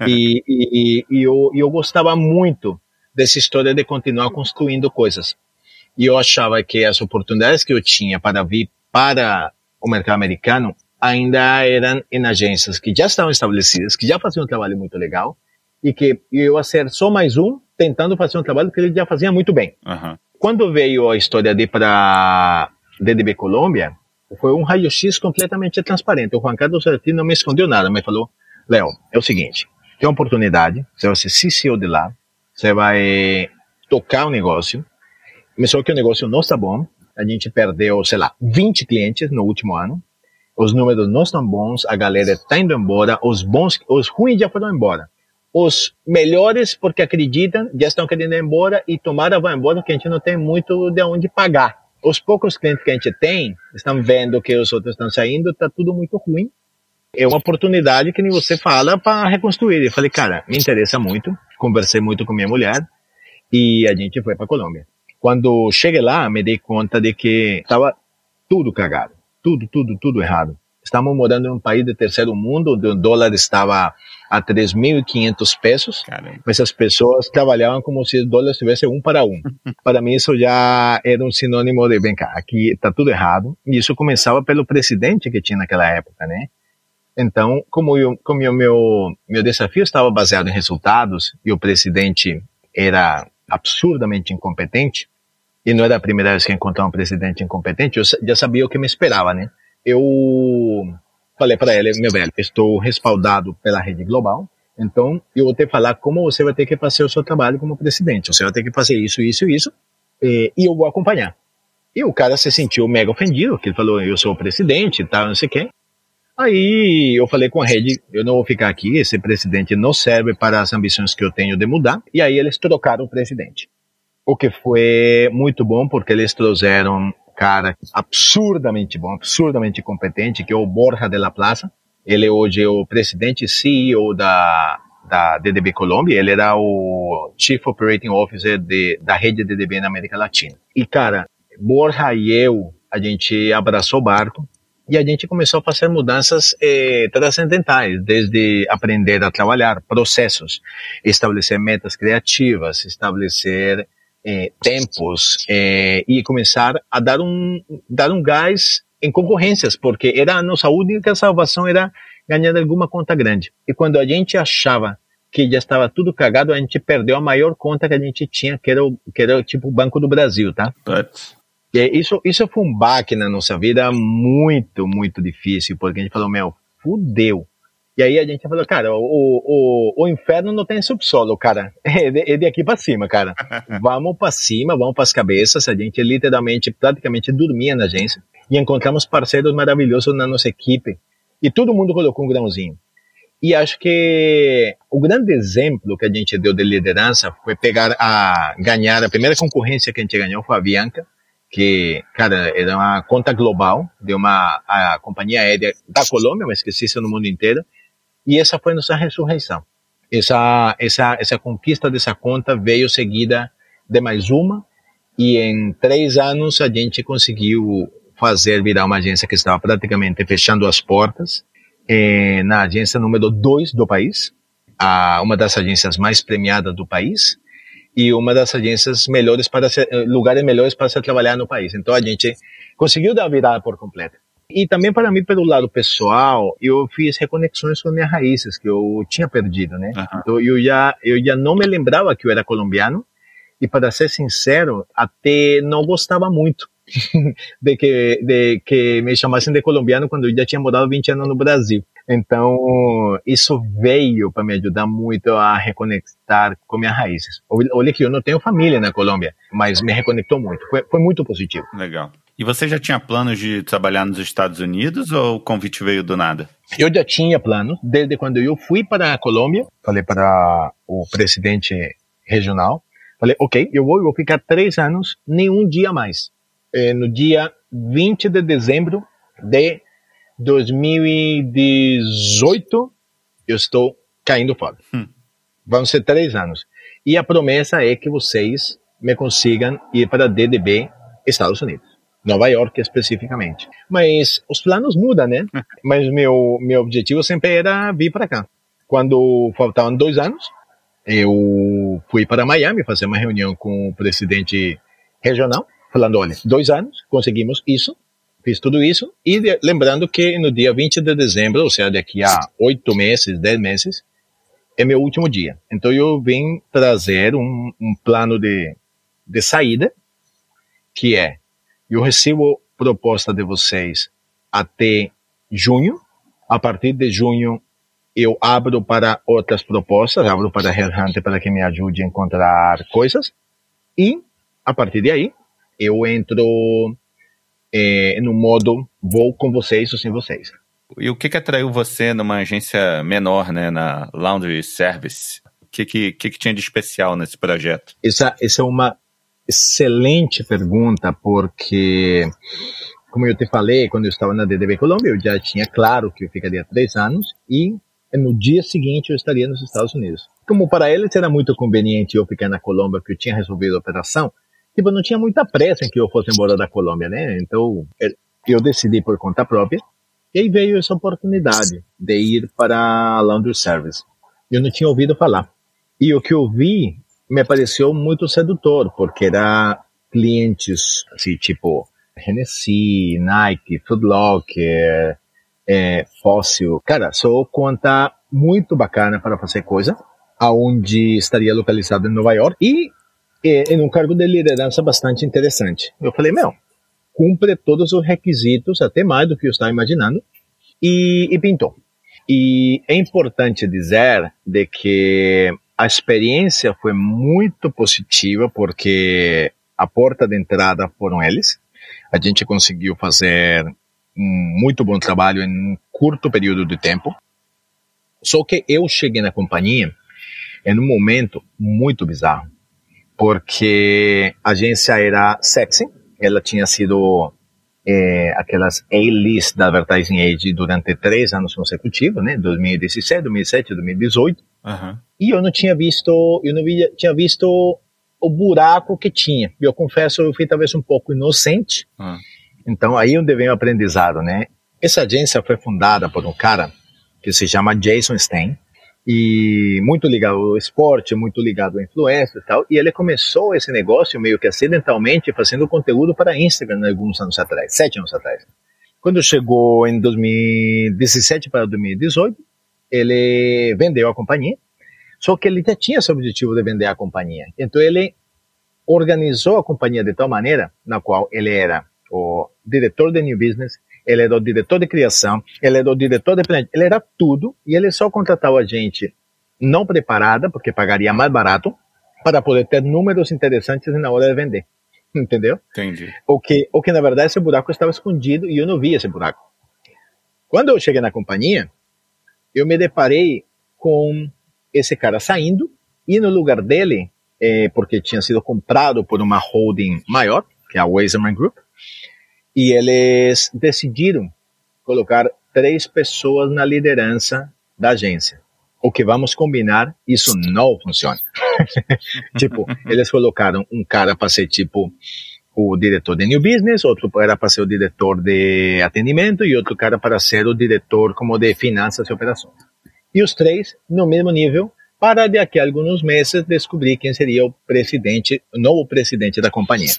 e eu gostava muito dessa história de continuar construindo coisas. E eu achava que as oportunidades que eu tinha para vir para o mercado americano ainda eram em agências que já estavam estabelecidas, que já faziam um trabalho muito legal, e que eu ia ser só mais um tentando fazer um trabalho que ele já fazia muito bem. Quando veio a história de ir para DDB Colômbia, foi um raio-x completamente transparente. O Juan Carlos Sartini não me escondeu nada, me falou: Léo, é o seguinte, tem uma oportunidade, você vai ser CCO de lá, você vai tocar o negócio, mas só que o negócio não está bom, a gente perdeu, sei lá, 20 clientes no último ano, os números não estão bons, a galera está indo embora, os ruins já foram embora. Os melhores, porque acreditam, já estão querendo ir embora e tomara vão embora, porque a gente não tem muito de onde pagar. Os poucos clientes que a gente tem, estão vendo que os outros estão saindo, está tudo muito ruim. É uma oportunidade que nem você fala para reconstruir. Eu falei, cara, me interessa muito, conversei muito com minha mulher e a gente foi para Colômbia. Quando cheguei lá, me dei conta de que estava tudo cagado, tudo errado. Estávamos morando em um país de terceiro mundo, onde o dólar estava a 3.500 pesos, Caramba. mas as pessoas trabalhavam como se o dólar estivesse 1 para 1. Para mim isso já era um sinônimo de, vem cá, aqui está tudo errado. E isso começava pelo presidente que tinha naquela época, né? Então, como meu desafio estava baseado em resultados e o presidente era absurdamente incompetente, e não era a primeira vez que encontrava um presidente incompetente, eu já sabia o que me esperava, né? Eu falei para ele, meu velho, estou respaldado pela rede global, então eu vou ter que falar como você vai ter que fazer o seu trabalho como presidente. Você vai ter que fazer isso, isso e isso, e eu vou acompanhar. E o cara se sentiu mega ofendido, que ele falou, eu sou o presidente e tal, não sei o quê. Aí eu falei com a rede, eu não vou ficar aqui, esse presidente não serve para as ambições que eu tenho de mudar. E aí eles trocaram o presidente. O que foi muito bom, porque eles trouxeram um cara absurdamente bom, absurdamente competente, que é o Borja de la Plaza. Ele hoje é o presidente e CEO da DDB Colômbia. Ele era o Chief Operating Officer da rede DDB na América Latina. E cara, Borja e eu, a gente abraçou o barco. E a gente começou a fazer mudanças transcendentais, desde aprender a trabalhar, processos, estabelecer metas criativas, estabelecer tempos e começar a dar um gás em concorrências, porque era a nossa única salvação era ganhar alguma conta grande. E quando a gente achava que já estava tudo cagado, a gente perdeu a maior conta que a gente tinha, que era tipo o Banco do Brasil, tá? Isso foi um baque na nossa vida muito, muito difícil, porque a gente falou, meu, fudeu. E aí a gente falou, cara, o inferno não tem subsolo, cara. É de aqui pra cima, cara. Vamos pra cima, vamos pras cabeças. A gente literalmente, praticamente dormia na agência. E encontramos parceiros maravilhosos na nossa equipe. E todo mundo colocou um grãozinho. E acho que o grande exemplo que a gente deu de liderança foi ganhar a primeira concorrência que a gente ganhou foi a Avianca, que, cara, era uma conta global de a companhia aérea da Colômbia, mas que existe no mundo inteiro. E essa foi nossa ressurreição. Essa conquista dessa conta veio seguida de mais uma, e em 3 anos a gente conseguiu fazer virar uma agência que estava praticamente fechando as portas, na agência número 2 do país, uma das agências mais premiadas do país, e uma das agências melhores lugares melhores para se trabalhar no país. Então a gente conseguiu dar a virada por completo. E também para mim, pelo lado pessoal, eu fiz reconexões com minhas raízes, que eu tinha perdido, né? Uhum. Então eu já não me lembrava que eu era colombiano, e para ser sincero, até não gostava muito de que me chamassem de colombiano quando eu já tinha morado 20 anos no Brasil. Então, isso veio para me ajudar muito a reconectar com minhas raízes. Olha que eu não tenho família na Colômbia, mas me reconectou muito. Foi muito positivo. Legal. E você já tinha planos de trabalhar nos Estados Unidos ou o convite veio do nada? Eu já tinha planos. Desde quando eu fui para a Colômbia, falei para o presidente regional, falei, ok, eu vou ficar 3 anos, nenhum dia mais. No dia 20 de dezembro de 2018, eu estou caindo fora. Vão ser 3 anos. E a promessa é que vocês me consigam ir para a DDB Estados Unidos. Nova York especificamente. Mas os planos mudam, né? Mas meu objetivo sempre era vir para cá. Quando faltavam 2 anos, eu fui para Miami fazer uma reunião com o presidente regional, falando, olha, 2 anos, conseguimos isso, fiz tudo isso, e lembrando que no dia 20 de dezembro, ou seja, daqui a 8 meses, 10 meses, é meu último dia. Então eu vim trazer um plano de saída, que é, eu recebo proposta de vocês até junho, a partir de junho eu abro para outras propostas, abro para Headhunter para que me ajude a encontrar coisas, e a partir de aí eu entro no modo vou com vocês ou sem vocês. E o que atraiu você numa agência menor, né, na Laundry Service? O que tinha de especial nesse projeto? Essa é uma excelente pergunta, porque, como eu te falei, quando eu estava na DDB Colômbia, eu já tinha claro que eu ficaria 3 anos e no dia seguinte eu estaria nos Estados Unidos. Como para eles era muito conveniente eu ficar na Colômbia, porque eu tinha resolvido a operação, tipo, não tinha muita pressa em que eu fosse embora da Colômbia, né? Então, eu decidi por conta própria E aí veio essa oportunidade de ir para a Laundry Service. Eu não tinha ouvido falar. E o que eu vi me pareceu muito sedutor, porque era clientes, assim, tipo Hennessy, Nike, Foot Locker, Fossil. Cara, só conta muito bacana para fazer coisa, aonde estaria localizado em Nova York e em um cargo de liderança bastante interessante. Eu falei, cumpre todos os requisitos, até mais do que eu estava imaginando, e pintou. E é importante dizer de que a experiência foi muito positiva, porque a porta de entrada foram eles. A gente conseguiu fazer um muito bom trabalho em um curto período de tempo. Só que eu cheguei na companhia em um momento muito bizarro, porque a agência era sexy, ela tinha sido aquelas A-list da Advertising Age durante 3 anos consecutivos, né? 2017, 2017, 2018. Uhum. E eu não tinha visto, tinha visto o buraco que tinha. Eu confesso, eu fui talvez um pouco inocente. Uhum. Então aí onde vem o aprendizado, né? Essa agência foi fundada por um cara que se chama Jason Stein, e muito ligado ao esporte, muito ligado a influência e tal, e ele começou esse negócio meio que acidentalmente fazendo conteúdo para Instagram alguns anos atrás, 7 anos atrás. Quando chegou em 2017 para 2018, ele vendeu a companhia, só que ele já tinha esse objetivo de vender a companhia. Então ele organizou a companhia de tal maneira na qual ele era o diretor de New Business, ele era o diretor de criação, ele era o diretor de planejamento, ele era tudo, e ele só contratava a gente não preparada, porque pagaria mais barato, para poder ter números interessantes na hora de vender. Entendeu? Entendi. O que na verdade esse buraco estava escondido e eu não via esse buraco. Quando eu cheguei na companhia, eu me deparei com esse cara saindo, e no lugar dele, porque tinha sido comprado por uma holding maior, que é a Weiserman Group, e eles decidiram colocar 3 pessoas na liderança da agência. O que vamos combinar, isso não funciona. Tipo, eles colocaram um cara para ser tipo o diretor de New Business, outro era para ser o diretor de atendimento e outro cara para ser o diretor como de finanças e operações. E os 3 no mesmo nível, para daqui a alguns meses descobrir quem seria o novo presidente da companhia.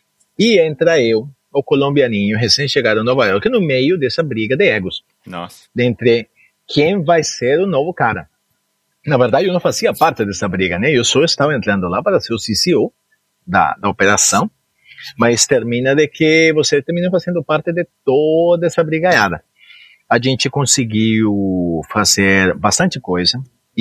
E entra eu, o colombianinho recém-chegado a Nova York, no meio dessa briga de egos. Nossa. Entre quem vai ser o novo cara. Na verdade, eu não fazia parte dessa briga, né? Eu só estava entrando lá para ser o CCO da operação, mas termina de que você termina fazendo parte de toda essa brigaiada. A gente conseguiu fazer bastante coisa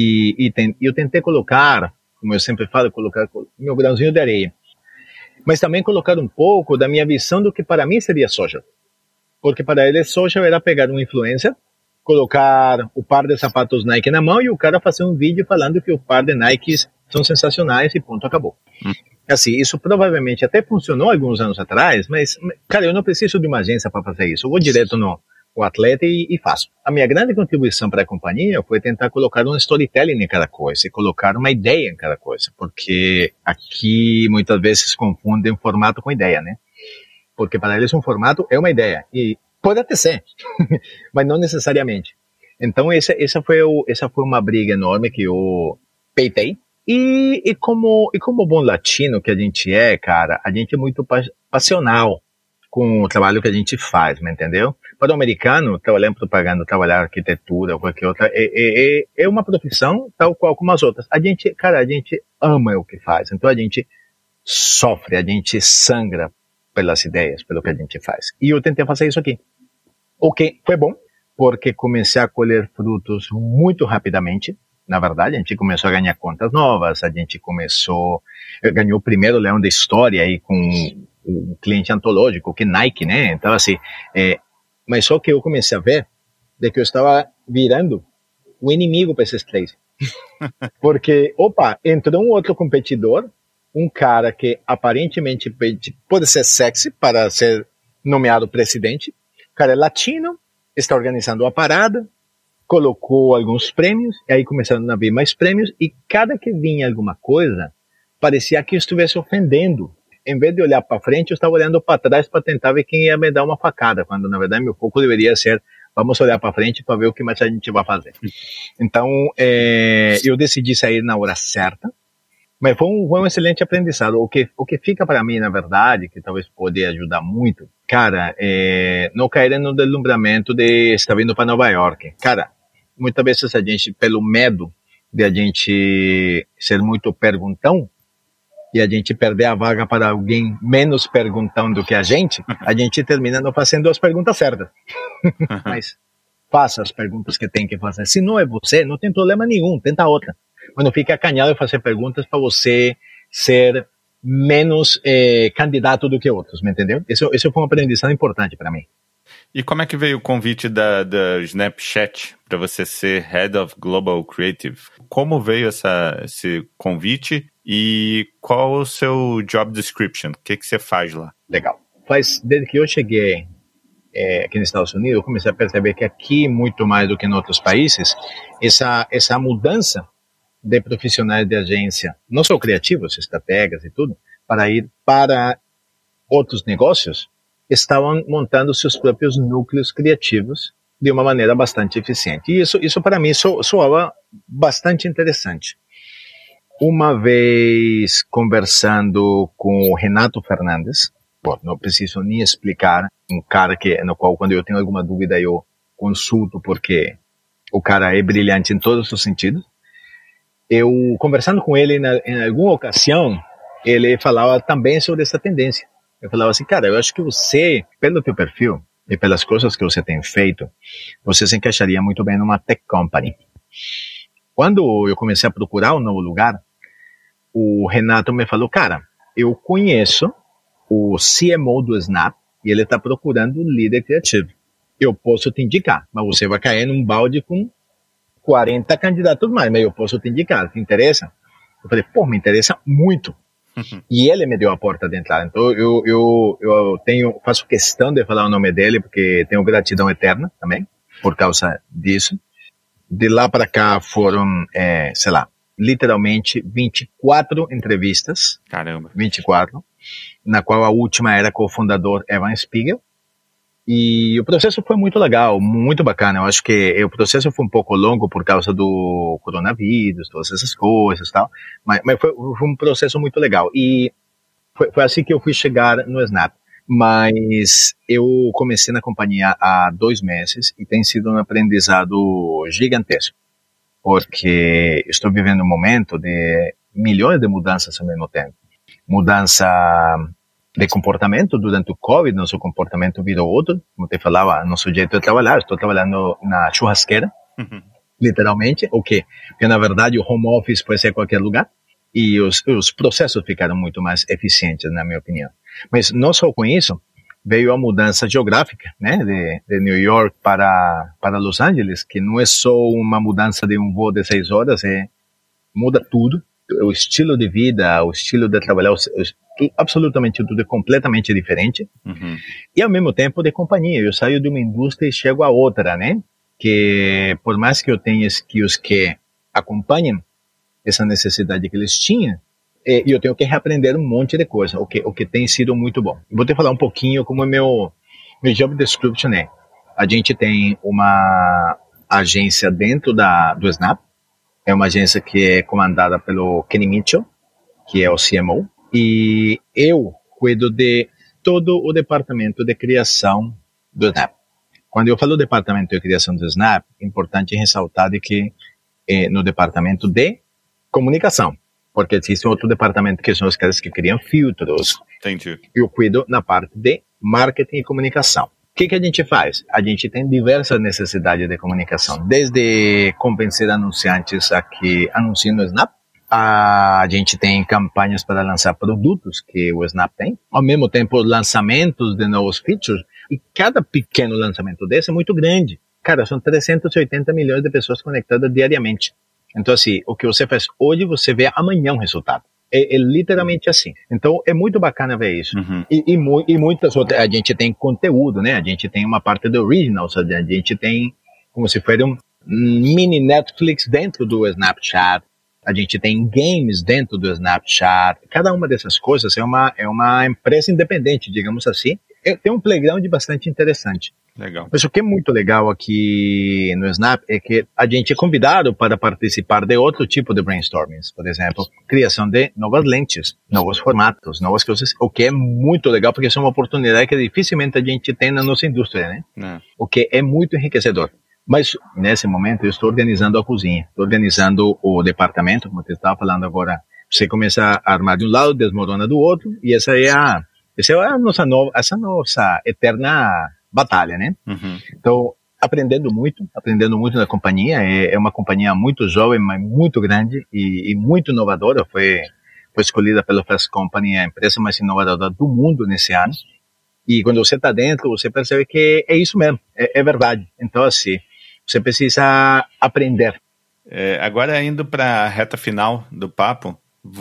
e eu tentei colocar, como eu sempre falo, colocar meu grãozinho de areia. Mas também colocar um pouco da minha visão do que para mim seria social. Porque para ele social era pegar um influencer, colocar o par de sapatos Nike na mão e o cara fazer um vídeo falando que o par de Nikes são sensacionais e ponto, acabou. Assim, isso provavelmente até funcionou alguns anos atrás, mas, cara, eu não preciso de uma agência para fazer isso. Eu vou direto no atleta e faço. A minha grande contribuição para a companhia foi tentar colocar um storytelling em cada coisa e colocar uma ideia em cada coisa, porque aqui muitas vezes confundem formato com ideia, né? Porque para eles um formato é uma ideia, e pode até ser, mas não necessariamente. Então essa foi uma briga enorme que eu peitei, e como bom latino que a gente é, cara, a gente é muito passional com o trabalho que a gente faz, me entendeu? Para o americano, trabalhar em propaganda, trabalhar arquitetura ou qualquer outra, é uma profissão tal qual como as outras. A gente ama o que faz, então a gente sofre, a gente sangra pelas ideias, pelo que a gente faz. E eu tentei fazer isso aqui. O que foi bom, porque comecei a colher frutos muito rapidamente. Na verdade, a gente começou a ganhar contas novas, a gente ganhou o primeiro leão da história aí com o cliente antológico, que é Nike, né? Então, assim, mas só que eu comecei a ver de que eu estava virando o inimigo para esses 3. Porque, entrou um outro competidor, um cara que aparentemente pode ser sexy para ser nomeado presidente. O cara é latino, está organizando a parada, colocou alguns prêmios, e aí começaram a vir mais prêmios, e cada que vinha alguma coisa, parecia que eu estivesse ofendendo. Em vez de olhar para frente, eu estava olhando para trás para tentar ver quem ia me dar uma facada, quando na verdade meu foco deveria ser Vamos olhar para frente para ver o que mais a gente vai fazer. Então, eu decidi sair na hora certa, mas foi um excelente aprendizado. O que fica para mim, na verdade, que talvez pode ajudar muito, cara, não cair no deslumbramento de estar vindo para Nova York. Cara, muitas vezes a gente, pelo medo de a gente ser muito perguntão, e a gente perder a vaga para alguém menos perguntão do que a gente termina não fazendo as perguntas certas. Mas faça as perguntas que tem que fazer. Se não é você, não tem problema nenhum, tenta outra. Mas não fique acanhado em fazer perguntas para você ser menos candidato do que outros, me entendeu? Isso foi um aprendizado importante para mim. E como é que veio o convite da Snapchat para você ser Head of Global Creative? Como veio esse convite e qual o seu job description? O que você faz lá? Legal. Desde que eu cheguei aqui nos Estados Unidos, eu comecei a perceber que aqui, muito mais do que em outros países, essa mudança de profissionais de agência, não só criativos, estrategas e tudo, para ir para outros negócios, estavam montando seus próprios núcleos criativos de uma maneira bastante eficiente. E isso para mim soava bastante interessante. Uma vez conversando com o Renato Fernandes, não preciso nem explicar, um cara no qual quando eu tenho alguma dúvida eu consulto porque o cara é brilhante em todos os sentidos. Eu, conversando com ele em alguma ocasião, ele falava também sobre essa tendência. Eu falava assim, cara, eu acho que você, pelo teu perfil e pelas coisas que você tem feito, você se encaixaria muito bem numa tech company. Quando eu comecei a procurar um novo lugar, o Renato me falou, cara, eu conheço o CMO do Snap e ele está procurando um líder criativo. Eu posso te indicar, mas você vai cair num balde com 40 candidatos mais, mas eu posso te indicar, te interessa? Eu falei, me interessa muito. E ele me deu a porta de entrada. Então eu faço questão de falar o nome dele, porque tenho gratidão eterna também, por causa disso. De lá para cá foram, literalmente 24 entrevistas. Caramba. 24, na qual a última era com o fundador Evan Spiegel. E o processo foi muito legal, muito bacana. Eu acho que o processo foi um pouco longo por causa do coronavírus, todas essas coisas e tal. Mas foi um processo muito legal. E foi assim que eu fui chegar no Snap. Mas eu comecei na companhia há 2 meses e tem sido um aprendizado gigantesco. Porque estou vivendo um momento de milhões de mudanças ao mesmo tempo. Mudança de comportamento durante o Covid, nosso comportamento virou outro, como te falava, nosso jeito de trabalhar, estou trabalhando na churrasqueira, literalmente, porque na verdade o home office pode ser em qualquer lugar, e os processos ficaram muito mais eficientes, na minha opinião. Mas não só com isso, veio a mudança geográfica, né, de New York para Los Angeles, que não é só uma mudança de um voo de 6 horas, muda tudo, o estilo de vida, o estilo de trabalhar, absolutamente tudo é completamente diferente. E ao mesmo tempo de companhia, eu saio de uma indústria e chego a outra, né? Que por mais que eu tenha skills que acompanhem essa necessidade que eles tinham, eu tenho que reaprender um monte de coisa, o que tem sido muito bom. Eu vou te falar um pouquinho como é meu job description é. A gente tem uma agência dentro do Snap, é uma agência que é comandada pelo Kenny Mitchell, que é o CMO, e eu cuido de todo o departamento de criação do Snap. Quando eu falo departamento de criação do Snap, é importante ressaltar de que no departamento de comunicação, porque existe outro departamento que são os caras que criam filtros. Entendi. Eu cuido na parte de marketing e comunicação. O que a gente faz? A gente tem diversas necessidades de comunicação, desde convencer anunciantes a que anunciem no Snap, a gente tem campanhas para lançar produtos que o Snap tem, ao mesmo tempo lançamentos de novos features, e cada pequeno lançamento desse é muito grande. Cara, são 380 milhões de pessoas conectadas diariamente. Então, assim, o que você faz hoje, você vê amanhã um resultado. É literalmente assim. Então, é muito bacana ver isso. E muitas outras, a gente tem conteúdo, né? A gente tem uma parte do Originals, a gente tem como se fosse um mini Netflix dentro do Snapchat, a gente tem games dentro do Snapchat. Cada uma dessas coisas é uma empresa independente, digamos assim, tem um playground bastante interessante. Legal. Mas o que é muito legal aqui no Snap é que a gente é convidado para participar de outro tipo de brainstormings. Por exemplo, criação de novas lentes, novos formatos, novas coisas. O que é muito legal, porque isso é uma oportunidade que dificilmente a gente tem na nossa indústria, né? O que é muito enriquecedor. Mas, nesse momento, eu estou organizando a cozinha. Estou organizando o departamento, como você estava falando agora. Você começa a armar de um lado, desmorona do outro, e essa é a essa nossa eterna batalha, né? Uhum. Então, aprendendo muito na companhia. É uma companhia muito jovem, mas muito grande e muito inovadora. Foi escolhida pela Fast Company a empresa mais inovadora do mundo nesse ano. E quando você está dentro, você percebe que é isso mesmo, é verdade. Então, assim, você precisa aprender. Agora, indo para a reta final do papo,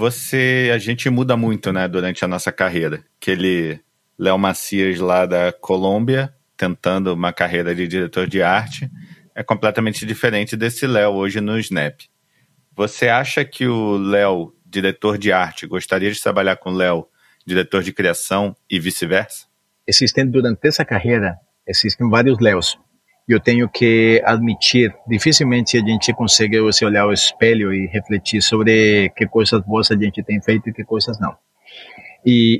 a gente muda muito, né, durante a nossa carreira. Aquele Léo Macias lá da Colômbia, tentando uma carreira de diretor de arte, é completamente diferente desse Léo hoje no Snap. Você acha que o Léo, diretor de arte, gostaria de trabalhar com o Léo, diretor de criação, e vice-versa? Durante essa carreira, existem vários Léos. Eu tenho que admitir, dificilmente a gente consegue se olhar ao espelho e refletir sobre que coisas boas a gente tem feito e que coisas não. E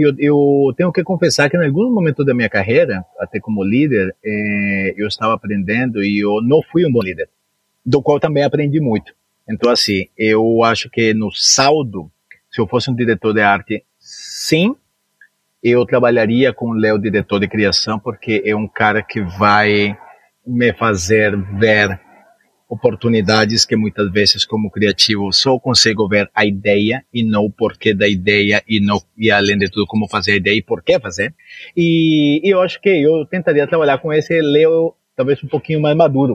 eu tenho que confessar que em algum momento da minha carreira, até como líder, eu estava aprendendo e eu não fui um bom líder, do qual também aprendi muito. Então, assim, eu acho que no saldo, se eu fosse um diretor de arte, sim, eu trabalharia com o Léo, diretor de criação, porque é um cara que vai me fazer ver oportunidades que muitas vezes, como criativo, só consigo ver a ideia e não o porquê da ideia e além de tudo, como fazer a ideia e por que fazer. E eu acho que eu tentaria trabalhar com esse Léo, talvez um pouquinho mais maduro,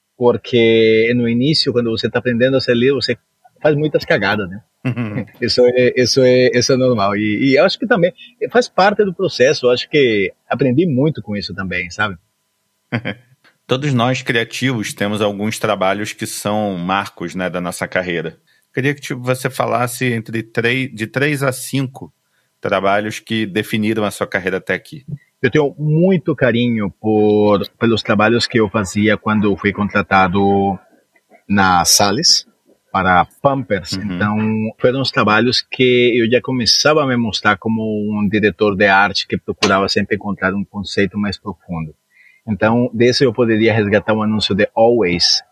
porque no início, quando você está aprendendo a ser Léo, você faz muitas cagadas, né? Uhum. Isso é normal. E eu acho que também faz parte do processo. Eu acho que aprendi muito com isso também, sabe? Todos nós criativos temos alguns trabalhos que são marcos, né, da nossa carreira. Queria que você falasse de 3 a 5 trabalhos que definiram a sua carreira até aqui. Eu tenho muito carinho pelos trabalhos que eu fazia quando eu fui contratado na Sales para Pampers. Uhum. Então, foram os trabalhos que eu já começava a me mostrar como um diretor de arte que procurava sempre encontrar um conceito mais profundo. Então, desse eu poderia resgatar um anúncio de Always,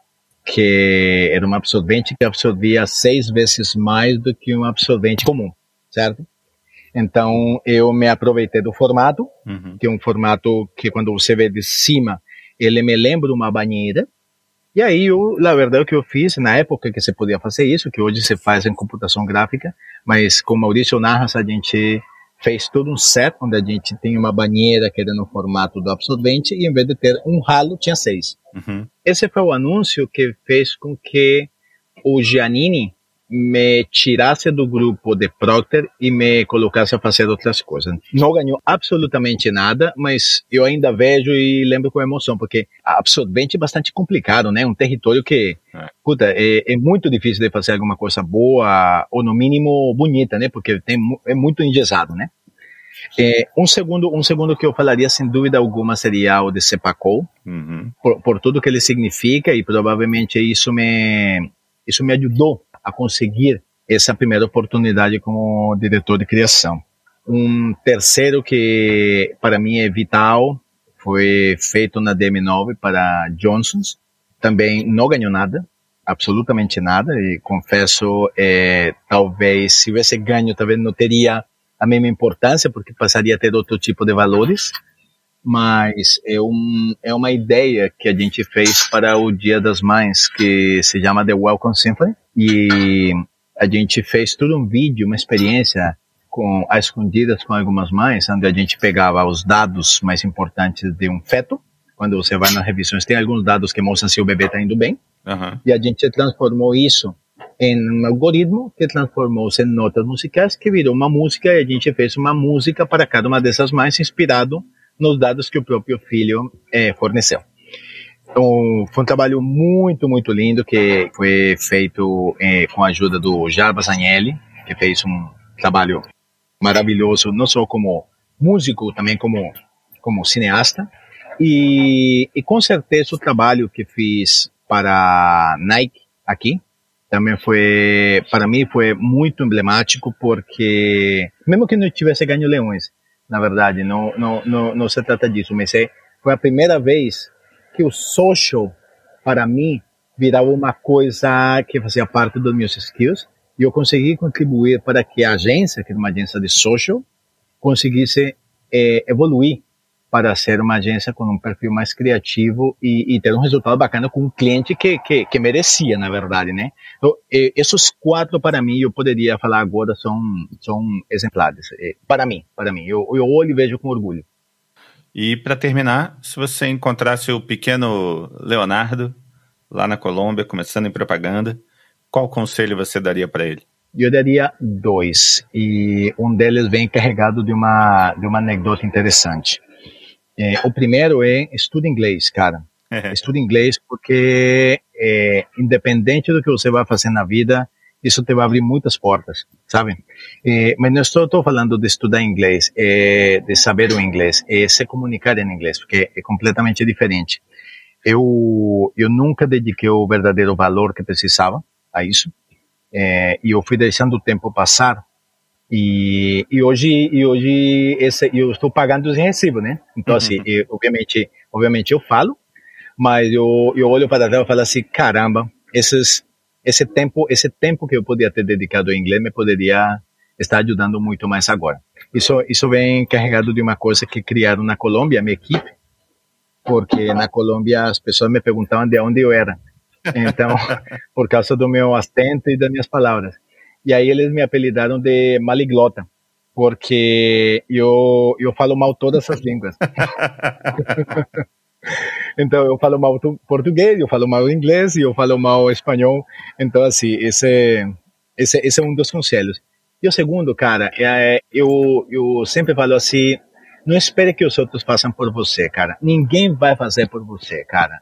que era um absorvente que absorvia 6 vezes mais do que um absorvente comum, certo? Então, eu me aproveitei do formato, uhum, que é um formato que quando você vê de cima, ele me lembra uma banheira. E aí, na verdade, o que eu fiz, na época que você podia fazer isso, que hoje se faz em computação gráfica, mas com Maurício Narras a gente fez todo um set, onde a gente tem uma banheira que era no formato do absorvente, e em vez de ter um ralo, tinha 6. Uhum. Esse foi o anúncio que fez com que o Giannini me tirasse do grupo de Procter e me colocasse a fazer outras coisas. Não ganhou absolutamente nada, mas eu ainda vejo e lembro com emoção, porque absorvente é bastante complicado, né? Um território que, é muito difícil de fazer alguma coisa boa, ou no mínimo bonita, né? Porque é muito engessado, né? Um segundo que eu falaria, sem dúvida alguma, seria o de Cepacol, uhum, por tudo que ele significa, e provavelmente isso me ajudou a conseguir essa primeira oportunidade como diretor de criação. Um terceiro que para mim é vital foi feito na DM9 para Johnson's. Também não ganhou nada, absolutamente nada, e confesso, talvez se tivesse ganho, talvez não teria a mesma importância, porque passaria a ter outro tipo de valores, mas é uma ideia que a gente fez para o Dia das Mães, que se chama The Welcome Symphony, e a gente fez todo um vídeo, uma experiência às escondidas com algumas mães, onde a gente pegava os dados mais importantes de um feto. Quando você vai nas revisões, tem alguns dados que mostram se o bebê está indo bem, uhum, e a gente transformou isso em um algoritmo que transformou-se em notas musicais, que virou uma música, e a gente fez uma música para cada uma dessas mães, inspirado nos dados que o próprio filho forneceu. Então, foi um trabalho muito, muito lindo, que foi feito com a ajuda do Jarbas Agnelli, que fez um trabalho maravilhoso, não só como músico, também como cineasta. E com certeza o trabalho que fiz para Nike aqui também foi, para mim, foi muito emblemático, porque mesmo que não tivesse ganho leões, na verdade, não se trata disso, mas foi a primeira vez que o social, para mim, virava uma coisa que fazia parte dos meus skills, e eu consegui contribuir para que a agência, que era uma agência de social, conseguisse evoluir para ser uma agência com um perfil mais criativo e ter um resultado bacana com um cliente que merecia, na verdade, né? Então, esses 4, para mim, eu poderia falar agora, são exemplares. Para mim, eu olho e vejo com orgulho. E para terminar, se você encontrasse o pequeno Leonardo lá na Colômbia, começando em propaganda, qual conselho você daria para ele? Eu daria 2, e um deles vem carregado de uma anedota interessante. O primeiro é estude inglês, cara. Estude inglês, porque independente do que você vai fazer na vida, isso te vai abrir muitas portas, sabe? Mas não estou falando de estudar inglês, de saber o inglês, se comunicar em inglês, porque é completamente diferente. Eu nunca dediquei o verdadeiro valor que precisava a isso, e eu fui deixando o tempo passar. E hoje eu estou pagando sem recibo, né? Então, assim, obviamente eu falo, mas eu olho para trás e falo assim, caramba, esse tempo que eu podia ter dedicado ao inglês me poderia estar ajudando muito mais agora. Isso vem carregado de uma coisa que criaram na Colômbia, minha equipe, porque na Colômbia as pessoas me perguntavam de onde eu era. Então, por causa do meu acento e das minhas palavras. E aí eles me apelidaram de maliglota, porque eu falo mal todas as línguas. Então eu falo mal português, eu falo mal inglês e eu falo mal espanhol. Então, assim, esse é um dos conselhos. E o segundo, cara, eu sempre falo assim, não espere que os outros façam por você, cara. Ninguém vai fazer por você, cara.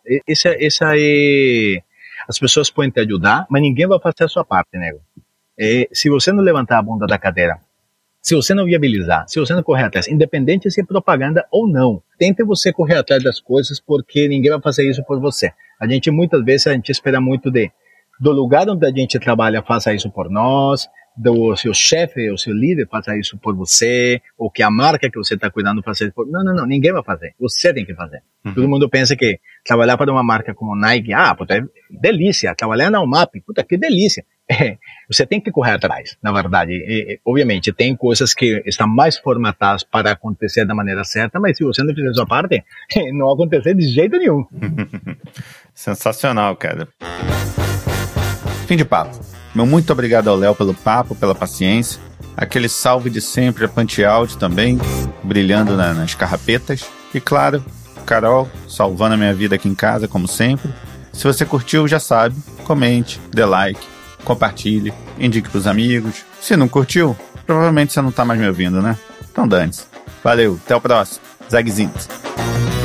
As pessoas podem te ajudar, mas ninguém vai fazer a sua parte, nego. Se você não levantar a bunda da cadeira, se você não viabilizar, se você não correr atrás, independente se é propaganda ou não, tente você correr atrás das coisas, porque ninguém vai fazer isso por você. Muitas vezes a gente espera muito do lugar onde a gente trabalha faça isso por nós, do seu chefe, o seu líder faça isso por você, ou que a marca que você está cuidando faça isso por... Não, ninguém vai fazer, você tem que fazer. Todo mundo pensa que trabalhar para uma marca como Nike, puta, é delícia, trabalhar na UMAP, puta, que delícia. Você tem que correr atrás, na verdade. Obviamente, tem coisas que estão mais formatadas para acontecer da maneira certa, mas se você não fizer a sua parte, não vai acontecer de jeito nenhum. Sensacional, cara. Fim de papo. Meu muito obrigado ao Léo pelo papo, pela paciência. Aquele salve de sempre a Pantialdi também, brilhando nas carrapetas. E claro, Carol, salvando a minha vida aqui em casa, como sempre. Se você curtiu, já sabe, comente, dê like, compartilhe, indique pros amigos. Se não curtiu, provavelmente você não tá mais me ouvindo, né? Então dane-se. Valeu, até o próximo. Zagzinho.